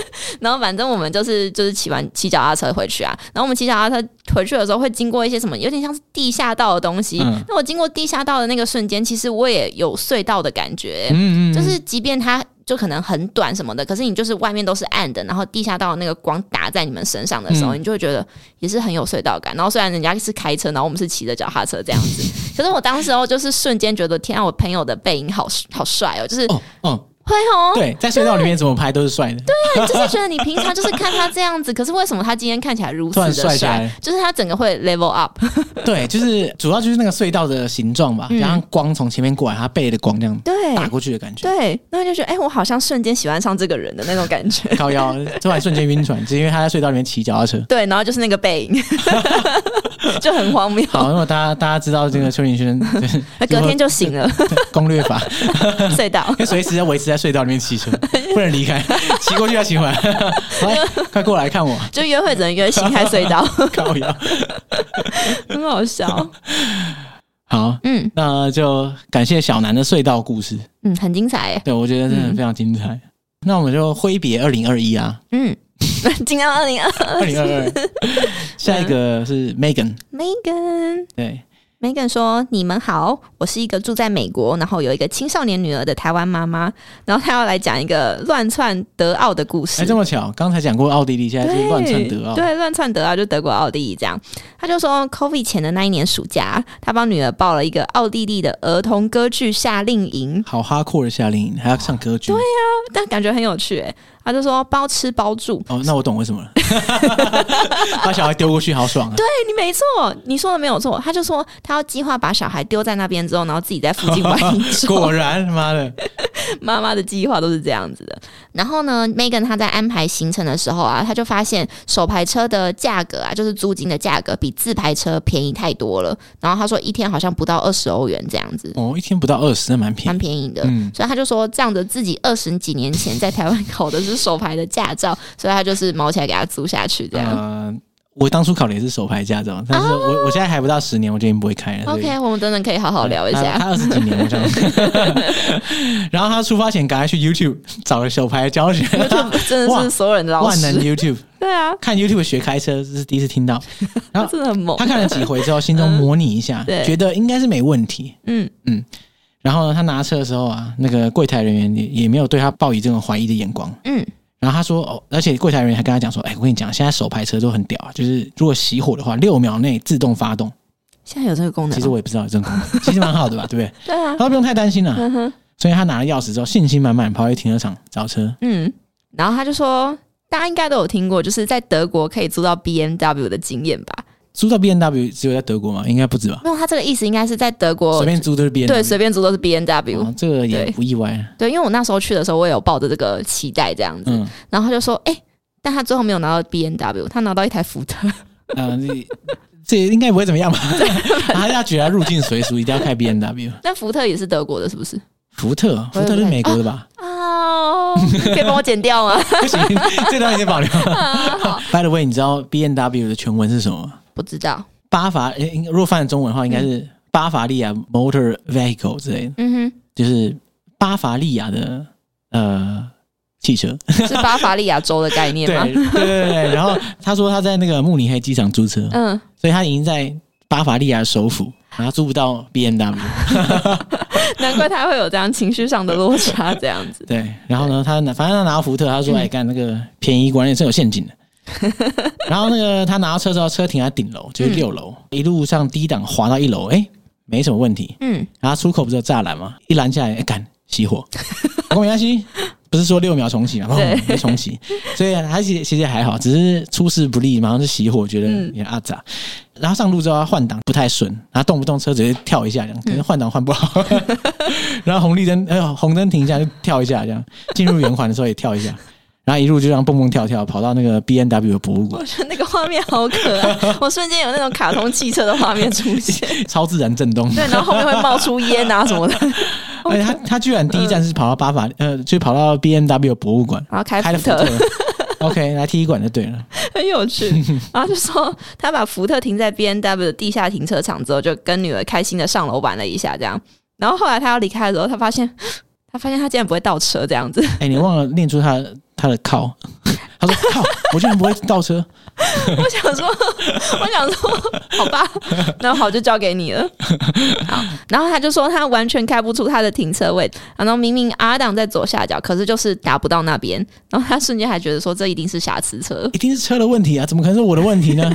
然后反正我们就是就是骑完骑脚踏车回去啊，然后我们骑脚踏车回去的时候会经过一些什么有点像是地下道的东西，嗯、那我经过地下道的那个瞬间，其实我也有隧道的感觉，嗯嗯嗯，就是即便它就可能很短什么的，可是你就是外面都是暗的，然后地下道的那个光打在你们身上的时候，嗯、你就会觉得也是很有隧道感。然后虽然人家是开车，然后我们是骑着脚踏车这样子，可是我当时候就是瞬间觉得，天啊，我朋友的背影好好帅哦，就是哦哦。会哦， 对，在隧道里面怎么拍都是帅的。 对啊，就是觉得你平常就是看他这样子，可是为什么他今天看起来如此的帅？帅就是他整个会 level up。 对，就是主要就是那个隧道的形状吧，加上光从前面过来，他背的光这样打过去的感觉。 对，那就觉得哎、欸，我好像瞬间喜欢上这个人的那种感觉。 靠腰，突然瞬间晕船，只因为他在隧道里面骑脚踏车。 对，然后就是那个背影。就很荒谬。 好，如果大家大家知道这个邱林轩， 隔天就醒了。 攻略法， 隧道， 随时要维持在隧道里面骑车，不能离开，骑过去要骑回来。来，快过来看我。 就约会只能约新开隧道， 靠腰， 很好笑。 好，嗯，那就感谢小南的隧道故事， 嗯，很精彩耶。 对，我觉得真的非常精彩。嗯、那我们就挥别二零二一啊，嗯。 今年二零二二， 二零二二，下一个是 Megan。Megan， 对 ，Megan 说：“你们好，我是一个住在美国，然后有一个青少年女儿的台湾妈妈。然后她要来讲一个乱窜德奥的故事。 哎，这么巧，刚才讲过奥地利，现在是乱窜德奥。 对，乱窜德奥就德国奥地利这样。他就说 ，COVID 前的那一年暑假，他帮女儿报了一个奥地利的儿童歌剧夏令营， 好哈酷的夏令营，还要上歌剧。 对啊，但感觉很有趣哎。”他就说包吃包住哦，那我懂为什么了。把小孩丢过去好爽啊！ 对你没错，你说的没有错。他就说他要计划把小孩丢在那边之后，然后自己在附近玩一周。 果然，妈的， 妈妈的计划都是这样子的。然后呢 ，Megan 她在安排行程的时候啊，她就发现手排车的价格啊，就是租金的价格比自排车便宜太多了。然后他说一天好像不到二十欧元这样子。 哦，一天不到二十，那蛮便宜， 蛮便宜的。嗯，所以他就说这样的自己二十几年前在台湾考的是手排的驾照，所以他就是毛起来给他租下去这样。呃， 我当初考的也是手排驾照，但是我、啊、我现在还不到十年，我就已经不会开了。 OK， 我们真的可以好好聊一下。 他二十几年，我想。然后他出发前赶快去 YouTube 找了手排教学， 真的是所有人的老师。 万能 YouTube， 对啊， 看 YouTube 学开车这是第一次听到。然后真的很猛。 他看了几回之后，心中模拟一下，嗯、觉得应该是没问题。嗯嗯。然后呢，他拿车的时候啊，那个柜台人员也也没有对他抱以这种怀疑的眼光。嗯，然后他说哦，而且柜台人员还跟他讲说，哎，我跟你讲，现在手排车都很屌啊，就是如果熄火的话，六秒内自动发动。 现在有这个功能？ 其实我也不知道有这个功能，其实蛮好的吧，对不对？ 对啊， 他不用太担心了。嗯哼，所以他拿了钥匙之后，信心满满跑去停车场找车。 嗯，然后他就说，大家应该都有听过，就是在德国可以租到 B M W 的经验吧。 租到 B M W 只有在德国吗？应该不止吧？ 没有，他这个意思应该是在德国随便租都是 B M W， 对，随便租都是 B M W， 哦、这个也不意外。 对，因为我那时候去的时候，我也有抱着这个期待这样子，嗯、然后他就说，哎、欸，但他最后没有拿到 B M W， 他拿到一台福特。 啊，这应该不会怎么样吧？他要觉得入境随俗，一定要开 B M W。 但福特也是德国的，是不是？ 福特，福特是美国的吧？ 哦，可以帮我剪掉吗？ 不行，这段已经保留了。啊、By the way， 你知道 B M W 的全文是什么吗？ 不知道。 巴伐，如果翻成中文的话，应该是巴伐利亚 Motor Vehicle 之类的。嗯哼，就是巴伐利亚的呃汽车， 是巴伐利亚州的概念吗？ 对对对对。然后他说他在那个慕尼黑机场租车，嗯，所以他已经在巴伐利亚首府，然后租不到 B M W。 难怪他会有这样情绪上的落差，这样子。 对，然后呢，他反正他拿到福特，他说：“哎、嗯，干那个便宜，果然也是有陷阱的。”然后那个他拿到车之后，车停在顶楼，就是六楼，嗯、一路上低档滑到一楼，哎，没什么问题。嗯，然后出口不是有栅栏吗？一拦下来，哎，干熄火，不过没关系，不是说六秒重启嘛，对，没重启，所以他其实其实还好，只是出事不利，马上就熄火，觉得也阿杂。嗯、然后上路之后他换挡不太顺，然后动不动车直接跳一下，这样可能换挡换不好。然后红绿灯，哎呦，红灯停一下就跳一下，这样进入圆环的时候也跳一下。然后一路就这样蹦蹦跳跳跑到那个 B M W 的博物馆， 我觉得那个画面好可爱，我瞬间有那种卡通汽车的画面出现， 超自然震动。 对，然后后面会冒出烟啊什么的。 而且他他居然第一站是跑到巴伐，呃，就跑到 B M W 博物馆， 然后开开了福特。OK， 来踢馆就对了， 很有趣。然后就说他把福特停在 B M W 的地下停车场之后，就跟女儿开心的上楼玩了一下，这样。然后后来他要离开的时候，他发现他发现他竟然不会倒车这样子。 哎、欸，你忘了念出他。他的靠，他他说靠，我居然不会倒车。 我想说我想说好吧，那好就交给你了。好，然后他就说他完全开不出他的停车位，然后明明 R 档在左下角，可是就是达不到那边，然后他瞬间还觉得说这一定是瑕疵车， 一定是车的问题啊，怎么可能是我的问题呢？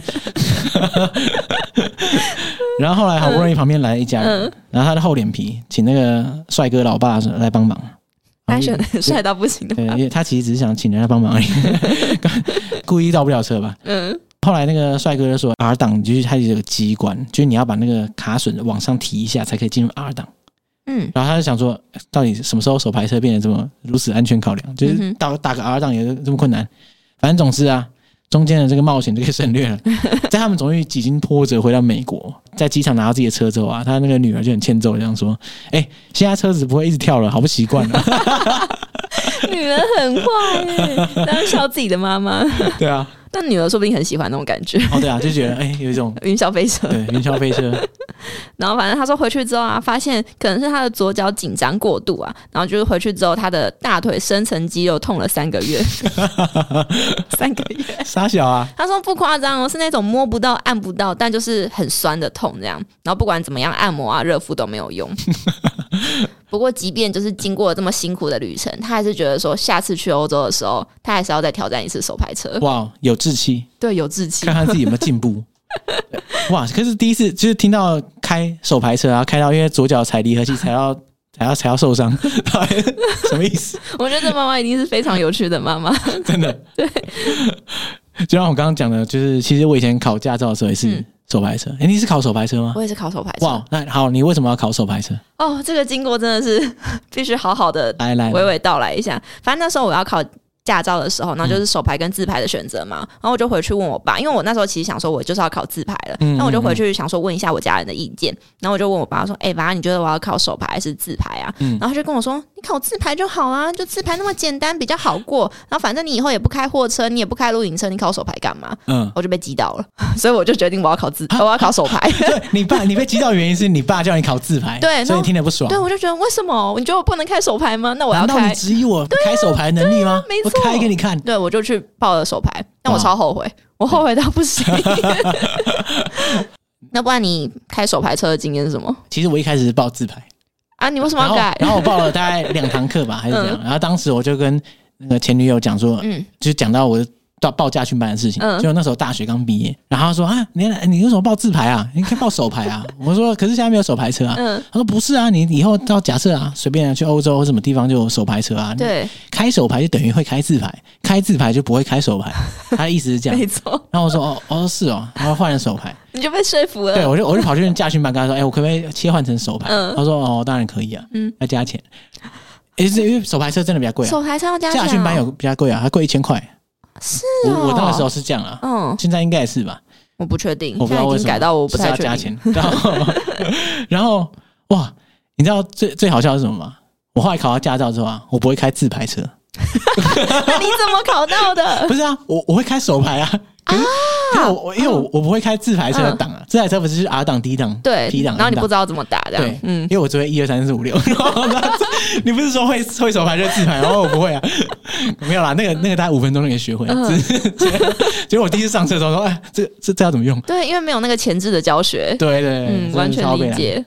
然后后来好不容易旁边来了一家人、嗯、然后他的厚脸皮请那个帅哥老爸来帮忙， 他选的帅到不行的， 对，因为他其实只是想请人来帮忙而已，故意倒不了车吧。嗯，后来那个帅哥就说 R 档就是它有个机关，就是你要把那个卡榫往上提一下才可以进入 R 档。嗯，然后他就想说，到底什么时候手排车变得这么如此安全考量？就是打打个 R 档也这么困难。反正总之啊，中间的这个冒险就可以省略了。在他们终于几经波折回到美国，在机场拿到自己的车之后啊，他那个女儿就很欠揍，这样说：“哎、欸，现在车子不会一直跳了，好不习惯了。” 女儿很坏耶，这样笑自己的妈妈。 对啊， 但女儿说不定很喜欢那种感觉。 哦，对啊，就觉得哎、欸，有一种云霄飞车， 对，云霄飞车。 然后反正他说回去之后啊，发现可能是他的左脚紧张过度啊，然后就是回去之后，他的大腿深层肌肉痛了三个月，三个月， 傻小啊！ 他说不夸张哦，是那种摸不到、按不到，但就是很酸的痛这样。然后不管怎么样按摩啊、热敷都没有用。不过，即便就是经过了这么辛苦的旅程，他还是觉得说，下次去欧洲的时候，他还是要再挑战一次手排车。 哇，有志气， 对，有志气， 看看自己有没有进步。哇，可是第一次就是听到开手排车啊，开到因为左脚踩离合器踩到踩到踩到受伤，什么意思？ 我觉得这妈妈一定是非常有趣的妈妈， 真的。 对， 就像我刚刚讲的，就是其实我以前考驾照的时候也是手排车。哎、嗯，你是考手排车吗？ 我也是考手排车。 哇，那好，你为什么要考手排车？ 哦，这个经过真的是必须好好的来来娓娓道来一下。反正那时候我要考驾照的时候，然后就是手排跟自排的选择嘛、嗯，然后我就回去问我爸，因为我那时候其实想说我就是要考自排了，那、嗯、我就回去想说问一下我家人的意见，然后我就问我爸说，哎、欸，爸，你觉得我要考手排还是自排啊、嗯？然后他就跟我说，你考自排就好啊，就自排那么简单，比较好过，然后反正你以后也不开货车，你也不开露营车，你考手排干嘛？嗯，我就被击倒了，所以我就决定我要考自，我要考手排。 对，你爸你被击倒的原因是你爸叫你考自排， 对， 所以你听得不爽。 对，我就觉得为什么？你觉得我不能开手排吗？那我要开。 难道你质疑我开手排能力吗？ 没错， 我开给你看。 对，我就去报了手排，但我超后悔，我后悔到不行。那不然你开手排车的经验是什么？ 其实我一开始是报自排啊，你为什么要改？ 然后, 然后我报了大概两堂课吧，还是这样、嗯。然后当时我就跟那个前女友讲说，嗯，就讲到我到报驾训班的事情，嗯，就那时候大学刚毕业，然后他说啊，你你为什么报自排啊？你可以报手排啊。我说可是现在没有手排车啊。嗯，他说不是啊，你以后到假设啊，随便去欧洲或什么地方就有手排车啊。 对， 开手排就等于会开自排，开自排就不会开手排。他的意思是这样， 没错。 然后我说哦哦是哦，然后换了手排， 你就被说服了。 对，我就我就跑去驾训班跟他说，哎、欸，我可不可以切换成手排？嗯，他说哦，当然可以啊，嗯，要加钱。哎、欸，因为手排车真的比较贵啊， 手排车要加钱、哦。 驾训班有比较贵啊，它贵一千块。 是、哦我，我那个时候是这样啊，嗯，现在应该也是吧， 我不确定， 我不知道为什么现在已经改到我不太确定。 加钱，然后，然后哇，你知道最最好笑的是什么吗？我后来考到驾照之后啊，我不会开自排车。 那你怎么考到的？ 不是啊，我我会开手排啊。可是因为我我因为我我不会开自排车的档啊，自排车不是就是 R 档 D 档对 P 档， 然后你不知道怎么打这样， 对，嗯，因为我只会一二三四五六，你不是说会会手排就自排，然后我不会啊，没有啦，那个那个大概五分钟就可以学会，嗯、结果我第一次上车的时候说，哎，这这这要怎么用？ 对，因为没有那个前置的教学， 对 对, 对， 嗯，完全理解。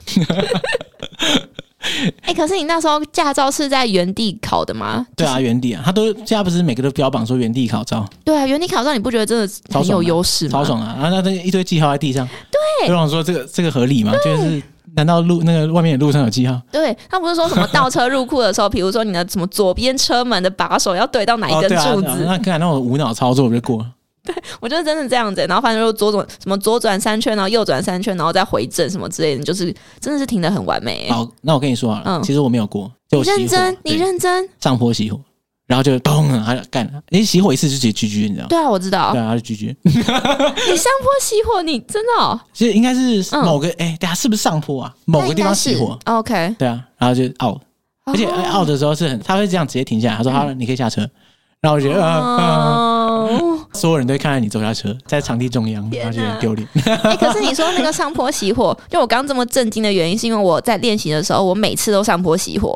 哎、欸，可是你那时候驾照是在原地考的吗？ 对啊，原地啊，他都现在不是每个都标榜说原地考照？ 对啊，原地考照你不觉得真的很有优势吗？ 超爽啊！然后那一堆记号在地上， 对， 就想说这个这个合理吗？就是难道路那个外面的路上有记号？ 对，他不是说什么倒车入库的时候，比如说你的什么左边车门的把手要对到哪一根柱子？ 哦啊、那看那种无脑操作我就过了。 对，我觉得真的这样子、欸，然后反正就左转什么左转三圈，然后右转三圈，然后再回正什么之类的，就是真的是停得很完美、欸。 好，那我跟你说好了，嗯、其实我没有过，就你认真，你认真上坡熄火，然后就咚，他干了，哎，熄火一次就直接 G G， 你知道吗？ 对啊，我知道， 对啊，他就 G G。 你上坡熄火，你真的、哦？ 其实应该是某个，哎、嗯，等下是不是上坡啊？某个地方熄火 ，OK， 对啊，然后就 out，、哦、而且 out 的时候是很，他会这样直接停下来，他说好了，你可以下车。然后我觉得，哦、呃，所有人都会看到你走下车，在场地中央，然后觉得很丢脸。 欸、可是你说那个上坡熄火，就我刚刚这么震惊的原因，是因为我在练习的时候，我每次都上坡熄火。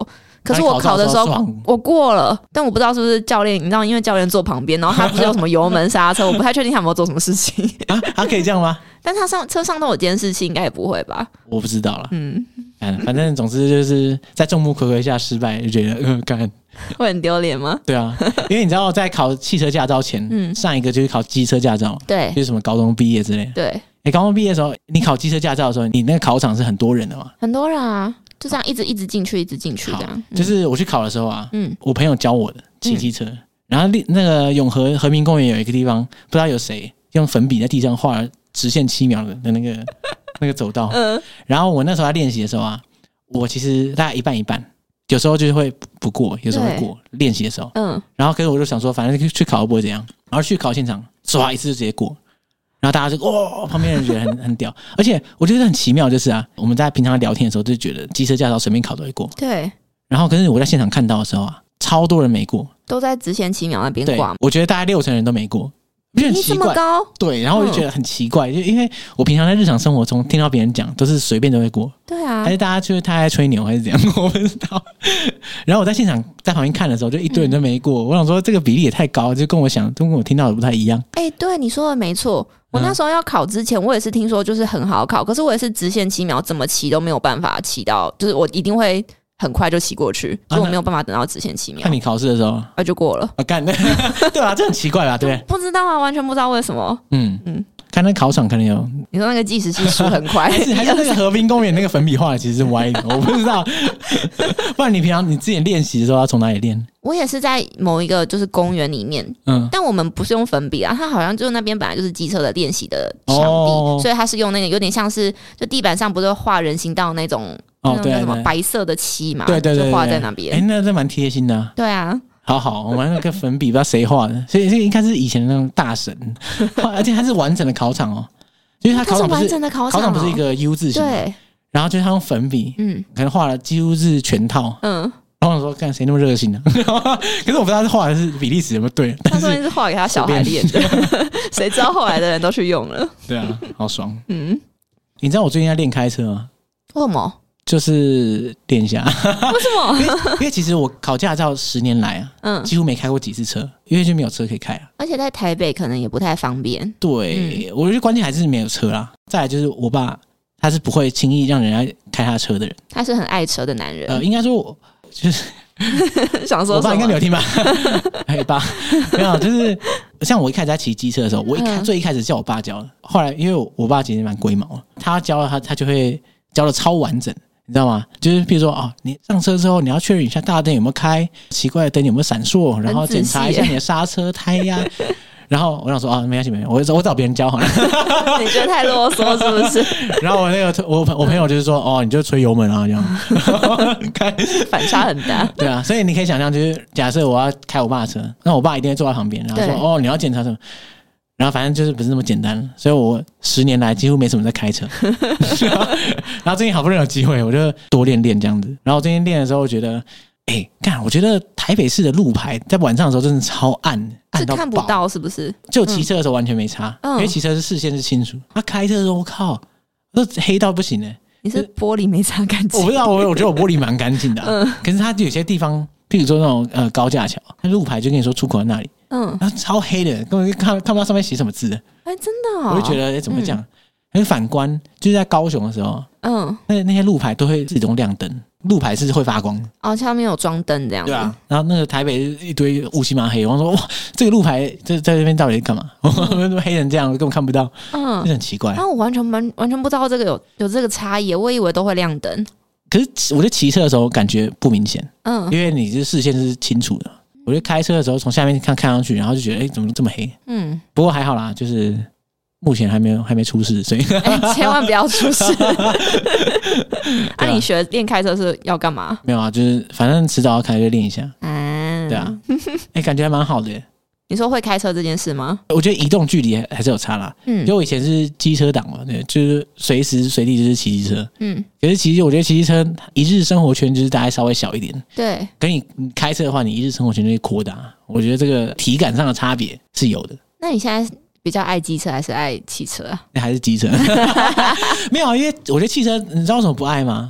可是我考的时候我过了，但我不知道是不是教练，你知道，因为教练坐旁边，然后他不是有什么油门刹车，我不太确定他有没有做什么事情啊？他可以这样吗？ 但他上车上都有监视器，应该也不会吧？ 我不知道了。嗯，反正总之就是在众目睽睽下失败，就觉得呃，干会很丢脸吗？ 对啊，因为你知道，在考汽车驾照前，嗯，上一个就是考机车驾照， 对， 就是什么高中毕业之类的。 对， 你高中毕业的时候，你考机车驾照的时候，你那个考场是很多人的嘛？ 很多人啊。就这样一直一直进去，一直进去这样。 嗯、就是我去考的时候啊，嗯，我朋友教我的骑机车，嗯、然后那个永和和平公园有一个地方，不知道有谁用粉笔在地上画了直线七秒的那个那个走道。嗯，然后我那时候在练习的时候啊，我其实大概一半一半，有时候就会不过，有时候会过。练习的时候，嗯，然后可是我就想说，反正去考不会怎样，然后去考现场刷一次就直接过。然后大家就哇，旁边人觉得很很屌，而且我觉得很奇妙，就是啊，我们在平常聊天的时候就觉得机车驾照随便考都会过， 对。 然后可是我在现场看到的时候啊，超多人没过， 都在直线七秒那边挂。 我觉得大概六成人都没过，我觉得很奇怪。 这么高？ 对，然后我就觉得很奇怪，嗯、就因为我平常在日常生活中听到别人讲，都是随便都会过。 对啊， 还是大家就是太爱吹牛，还是怎样？我不知道。然后我在现场在旁边看的时候，就一堆人都没过。嗯、我想说这个比例也太高，就跟我想，就跟我听到的不太一样。 哎、欸，对，你说的没错。我那时候要考之前，我也是听说就是很好考，可是我也是直线七秒，怎么骑都没有办法骑到，就是我一定会很快就骑过去，所以我没有办法等到直线七秒。 看你考试的时候， 啊就过了。 啊干，对啊，这很奇怪吧？对， 不知道啊，完全不知道为什么。嗯嗯。看那考场可能有， 你说那个计时器数很快， 还是还是那个和平公园那个粉笔画的其实是歪的，我不知道。不然你平常你之前练习的时候要从哪里练？ 我也是在某一个就是公园里面，嗯，但我们不是用粉笔啊，它好像就那边本来就是机车的练习的墙壁，哦、所以它是用那个有点像是就地板上不是画人行道那种，哦对，那什么白色的漆嘛， 对对 对, 对， 就画在那边。 哎、欸，那这蛮贴心的、啊。 对啊。 好好，我们那个粉笔不知道谁画的，所以这个应该是以前的那种大神，而且它是完整的考场哦。因为他考场不是完整的考场、哦， 考场不是一个 U 字形， 对。 然后就是他用粉笔，嗯，可能画了几乎是全套，嗯。然后我说，干谁那么热心呢、啊？可是我不知道他画的是比利时有没有对， 他说是画给他小孩练的，谁知道后来的人都去用了。 对啊，好爽。嗯，你知道我最近在练开车吗？ 为什么？ 就是练一下。 为什么？ 因为因为其实我考驾照十年来啊，嗯，几乎没开过几次车，因为就没有车可以开啊。 而且在台北可能也不太方便。 对，嗯、我觉得关键还是没有车啦。再来就是我爸，他是不会轻易让人家开他的车的人。 他是很爱车的男人。 呃，应该说我就是想说， 我爸应该没有听吧？哎爸，没有，就是像我一开始在骑机车的时候，我一开、嗯、最一开始叫我爸教的，后来因为 我, 我爸其实蛮龟毛，他教了他，他就会教的超完整。你知道吗？就是比如说哦，你上车之后你要确认一下大灯有没有开，奇怪的灯有没有闪烁，然后检查一下你的刹车、胎压。然后我想说啊，没关系没关系，我我找别人教好了。 你觉得太啰嗦是不是？ 然后我那个我我朋友就是说哦，你就吹油门啊这样， 反差很大。 对啊，所以你可以想象，就是假设我要开我爸的车，那我爸一定会坐在旁边，然后说哦，你要检查什么？然后反正就是不是那么简单，所以我十年来几乎没什么在开车。然后最近好不容易有机会，我就多练练这样子。然后我最近练的时候，我觉得，哎，干，我觉得台北市的路牌在晚上的时候真的超暗，暗到爆， 是看不到是不是？ 就骑车的时候完全没差，嗯、因为骑车是视线是清楚。他、啊、开车的时候，我靠，都黑到不行哎、欸！ 你是玻璃没擦干净？ 我不知道，我我觉得我玻璃蛮干净的、啊，嗯、可是它有些地方。譬如说那种呃高架桥，它路牌就跟你说出口在那里，嗯，然后超黑的，根本看看不到上面写什么字的。 哎、欸，真的、哦， 我就觉得哎、欸、怎么会这样？很、嗯、反观就是在高雄的时候，嗯，那那些路牌都会自动亮灯，路牌是会发光哦，下面有装灯这样子。 对啊，然后那个台北一堆乌漆麻黑，我说哇，这个路牌在在这边到底干嘛？嗯、黑成这样，我根本看不到，嗯，就很奇怪。 啊，我完全完完全不知道这个有有这个差异，我以为都会亮灯。 可是我觉得骑车的时候感觉不明显，嗯，因为你这视线是清楚的。我觉得开车的时候从下面看看上去，然后就觉得哎、欸，怎么这么黑？嗯，不过还好啦，就是目前还没有还没出事，所以、 欸、千万不要出事。啊，你学练开车是要干嘛？ 没有啊，就是反正迟早要开就练一下。嗯，对啊，哎、欸，感觉还蛮好的耶。 你说会开车这件事吗？ 我觉得移动距离还是有差啦。嗯，因为我以前是机车党嘛，对，就是随时随地就是骑机车。嗯，可是其实我觉得骑机车一日生活圈就是大概稍微小一点。 对， 跟你开车的话，你一日生活圈就会扩大。我觉得这个体感上的差别是有的。 那你现在比较爱机车还是爱汽车啊？ 还是机车？没有，因为我觉得汽车，你知道为什么不爱吗？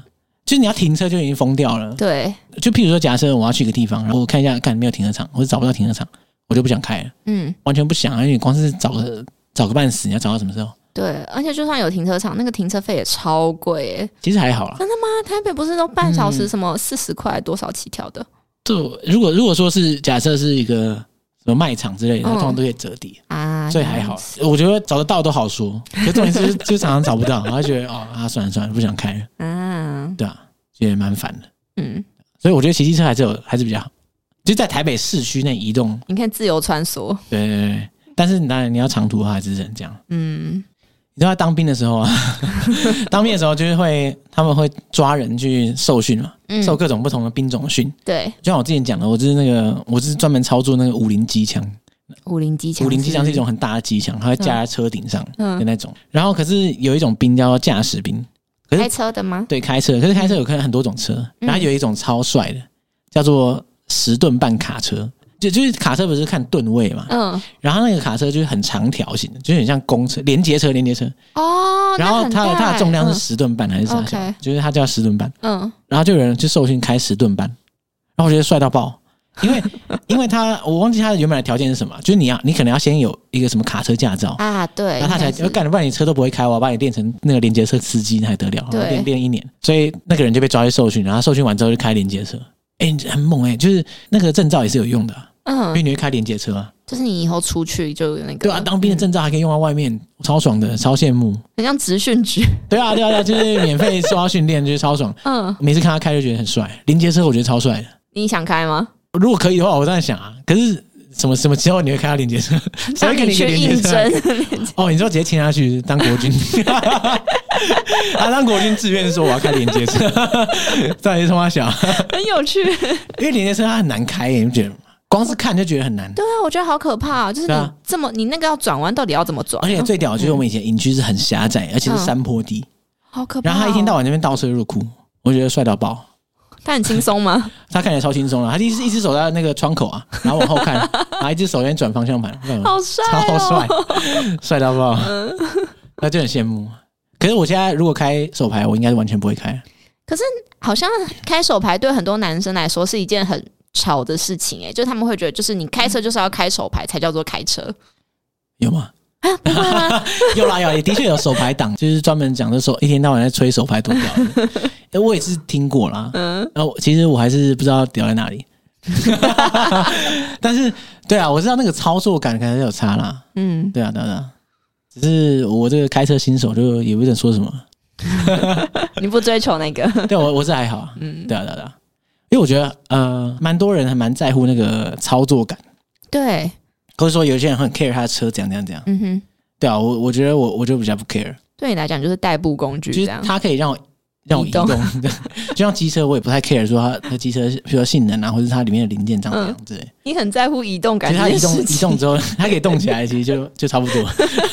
就是你要停车就已经疯掉了。 对， 就譬如说，假设我要去一个地方，然后我看一下，看没有停车场，或者找不到停车场，我就不想开了。嗯，完全不想，因为你光是找个找个半死，你要找到什么时候？ 对，而且就算有停车场，那个停车费也超贵耶。 其实还好啦。 真的吗？台北不是都半小时什么四十块多少起跳的？ 对，如果如果说是假设是一个什么卖场之类的，它通常都可以折抵啊，所以还好。我觉得找得到都好说，可重点是就常常找不到，然后觉得哦啊算了算了，不想开了。嗯，对啊，觉得蛮烦的。嗯，所以我觉得骑机车还是有还是比较好，就在台北市区内移动， 你看自由穿梭。 对对对，但是当然你要长途的话还是只能这样。嗯。你知道当兵的时候啊，当兵的时候就是会他们会抓人去受训嘛，嗯、受各种不同的兵种训。 对， 就像我之前讲的，我就是那个我是专门操作那个五零机枪。 五零机枪， 五零机枪是一种很大的机枪，它会架在车顶上的那种。嗯、然后可是有一种兵叫做驾驶兵，可是开车的吗？ 对，开车。可是开车有看很多种车，嗯、然后有一种超帅的，叫做十吨半卡车。就就是卡车不是看吨位嘛，嗯，然后那个卡车就是很长条形的，就是很像公车、连接车、连接车哦。 然后它的它的重量是十吨半还是啥？嗯、就是它叫十吨半，嗯。然后就有人去受训开十吨半，然后我觉得帅到爆，因为因为他我忘记他的原本的条件是什么，就是你要你可能要先有一个什么卡车驾照啊，对， 然后他才要干，不然你车都不会开，我要把你练成那个连接车司机那还得了？练练一年，所以那个人就被抓去受训，然后受训完之后就开连接车。哎、欸，很猛哎、欸，就是那个证照也是有用的、啊，嗯，因为你会开连接车啊， 就是你以后出去就有那个， 对啊，当兵的证照还可以用到外面，超爽的，超羡慕， 很像职训局， 对啊，对啊，对啊，就是免费受到训练，就是超爽，嗯，每次看他开就觉得很帅，连接车我觉得超帅的， 你想开吗？ 如果可以的话，我当然想啊，可是什么什么时候你会开到连接车？谁会给你一个连接车？哦，你说直接签下去当国军。他当国军志愿说我要开连接车，这也是他妈小， 很有趣。 因为连接车它很难开耶，你不觉得吗？光是看就觉得很难。 对啊，我觉得好可怕、哦，就是你这么、啊、你那个要转弯到底要怎么转？ 而且最屌的就是我们以前营区是很狭窄，而且是山坡地， 嗯、好可怕、哦。 然后他一天到晚那边倒车入库，我觉得帅到爆。 他很轻松吗？ 他看起来超轻松了，他一只一只手在那个窗口啊，然后往后看，然后一只手在转方向盘， 好帅、哦， 超帅，帅到爆，嗯、那就很羡慕。可是我现在如果开手排，我应该是完全不会开。 可是好像开手排对很多男生来说是一件很吵的事情、欸，哎，就他们会觉得，就是你开車就是要开手排才叫做开车， 有吗？ 啊，不会吗？ 有啦有，也的确有手排党，就是专门讲的手一天到晚在吹手排多屌的。我也是听过啦，嗯，然后其实我还是不知道屌在哪里。但是，对啊，我知道那个操作感可能有差啦。嗯，对啊，对啊，对啊。只是我这个开车新手就也不能说什么。 你不追求那个？ 对，我我是还好。嗯，对啊，对啊，对啊。因为我觉得呃，蛮多人还蛮在乎那个操作感。 对。 或者说有些人很 care 他的车怎样怎样怎样。嗯哼。对啊，我我觉得我我就比较不 care。 对你来讲就是代步工具， 就是它可以让我让我移动。就像机车，我也不太 care 说它的机车，比如说性能啊，或者它里面的零件长怎样之类、嗯。 你很在乎移动感觉， 它移动移动之后，它可以动起来，其实就就差不多。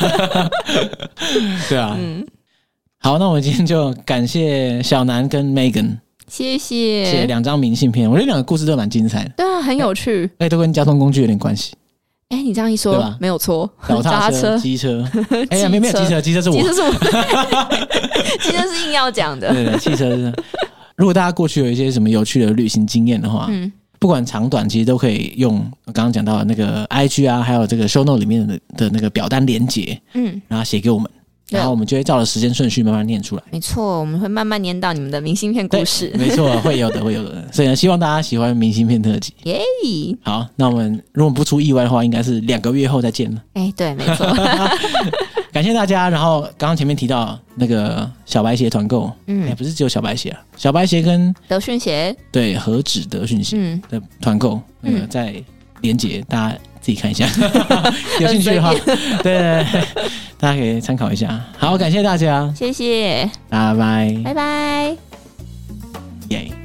对啊。嗯。好，那我们今天就感谢小南跟 Megan， 谢谢， 写两张明信片，我觉得两个故事都蛮精彩的， 对啊，很有趣， 而且都跟交通工具有点关系。 哎、欸，你这样一说，没有错， 脚踏车、机车，哎呀，没有没有机车，机车是我， 机车是我，机车是硬要讲的， 对对，汽车是。如果大家过去有一些什么有趣的旅行经验的话，嗯，不管长短，其实都可以用我刚刚讲到的那个 I G 啊，还有这个 show note 里面的的那个表单连结，嗯，然后写给我们。然后我们就会照着时间顺序慢慢念出来。 没错，我们会慢慢念到你们的明信片故事。 没错，会有的，会有的。所以呢，希望大家喜欢明信片特辑。耶！好，那我们如果不出意外的话，应该是两个月后再见了。 哎，对，没错。 感谢大家。然后刚刚前面提到那个小白鞋团购，嗯，也不是只有小白鞋啊，小白鞋跟德训鞋， 对，何止德训鞋的团购，那个在连结大家自己看一下，有兴趣的话，对对对，大家可以参考一下。好，感谢大家， 谢谢， 拜拜， 拜拜， 耶。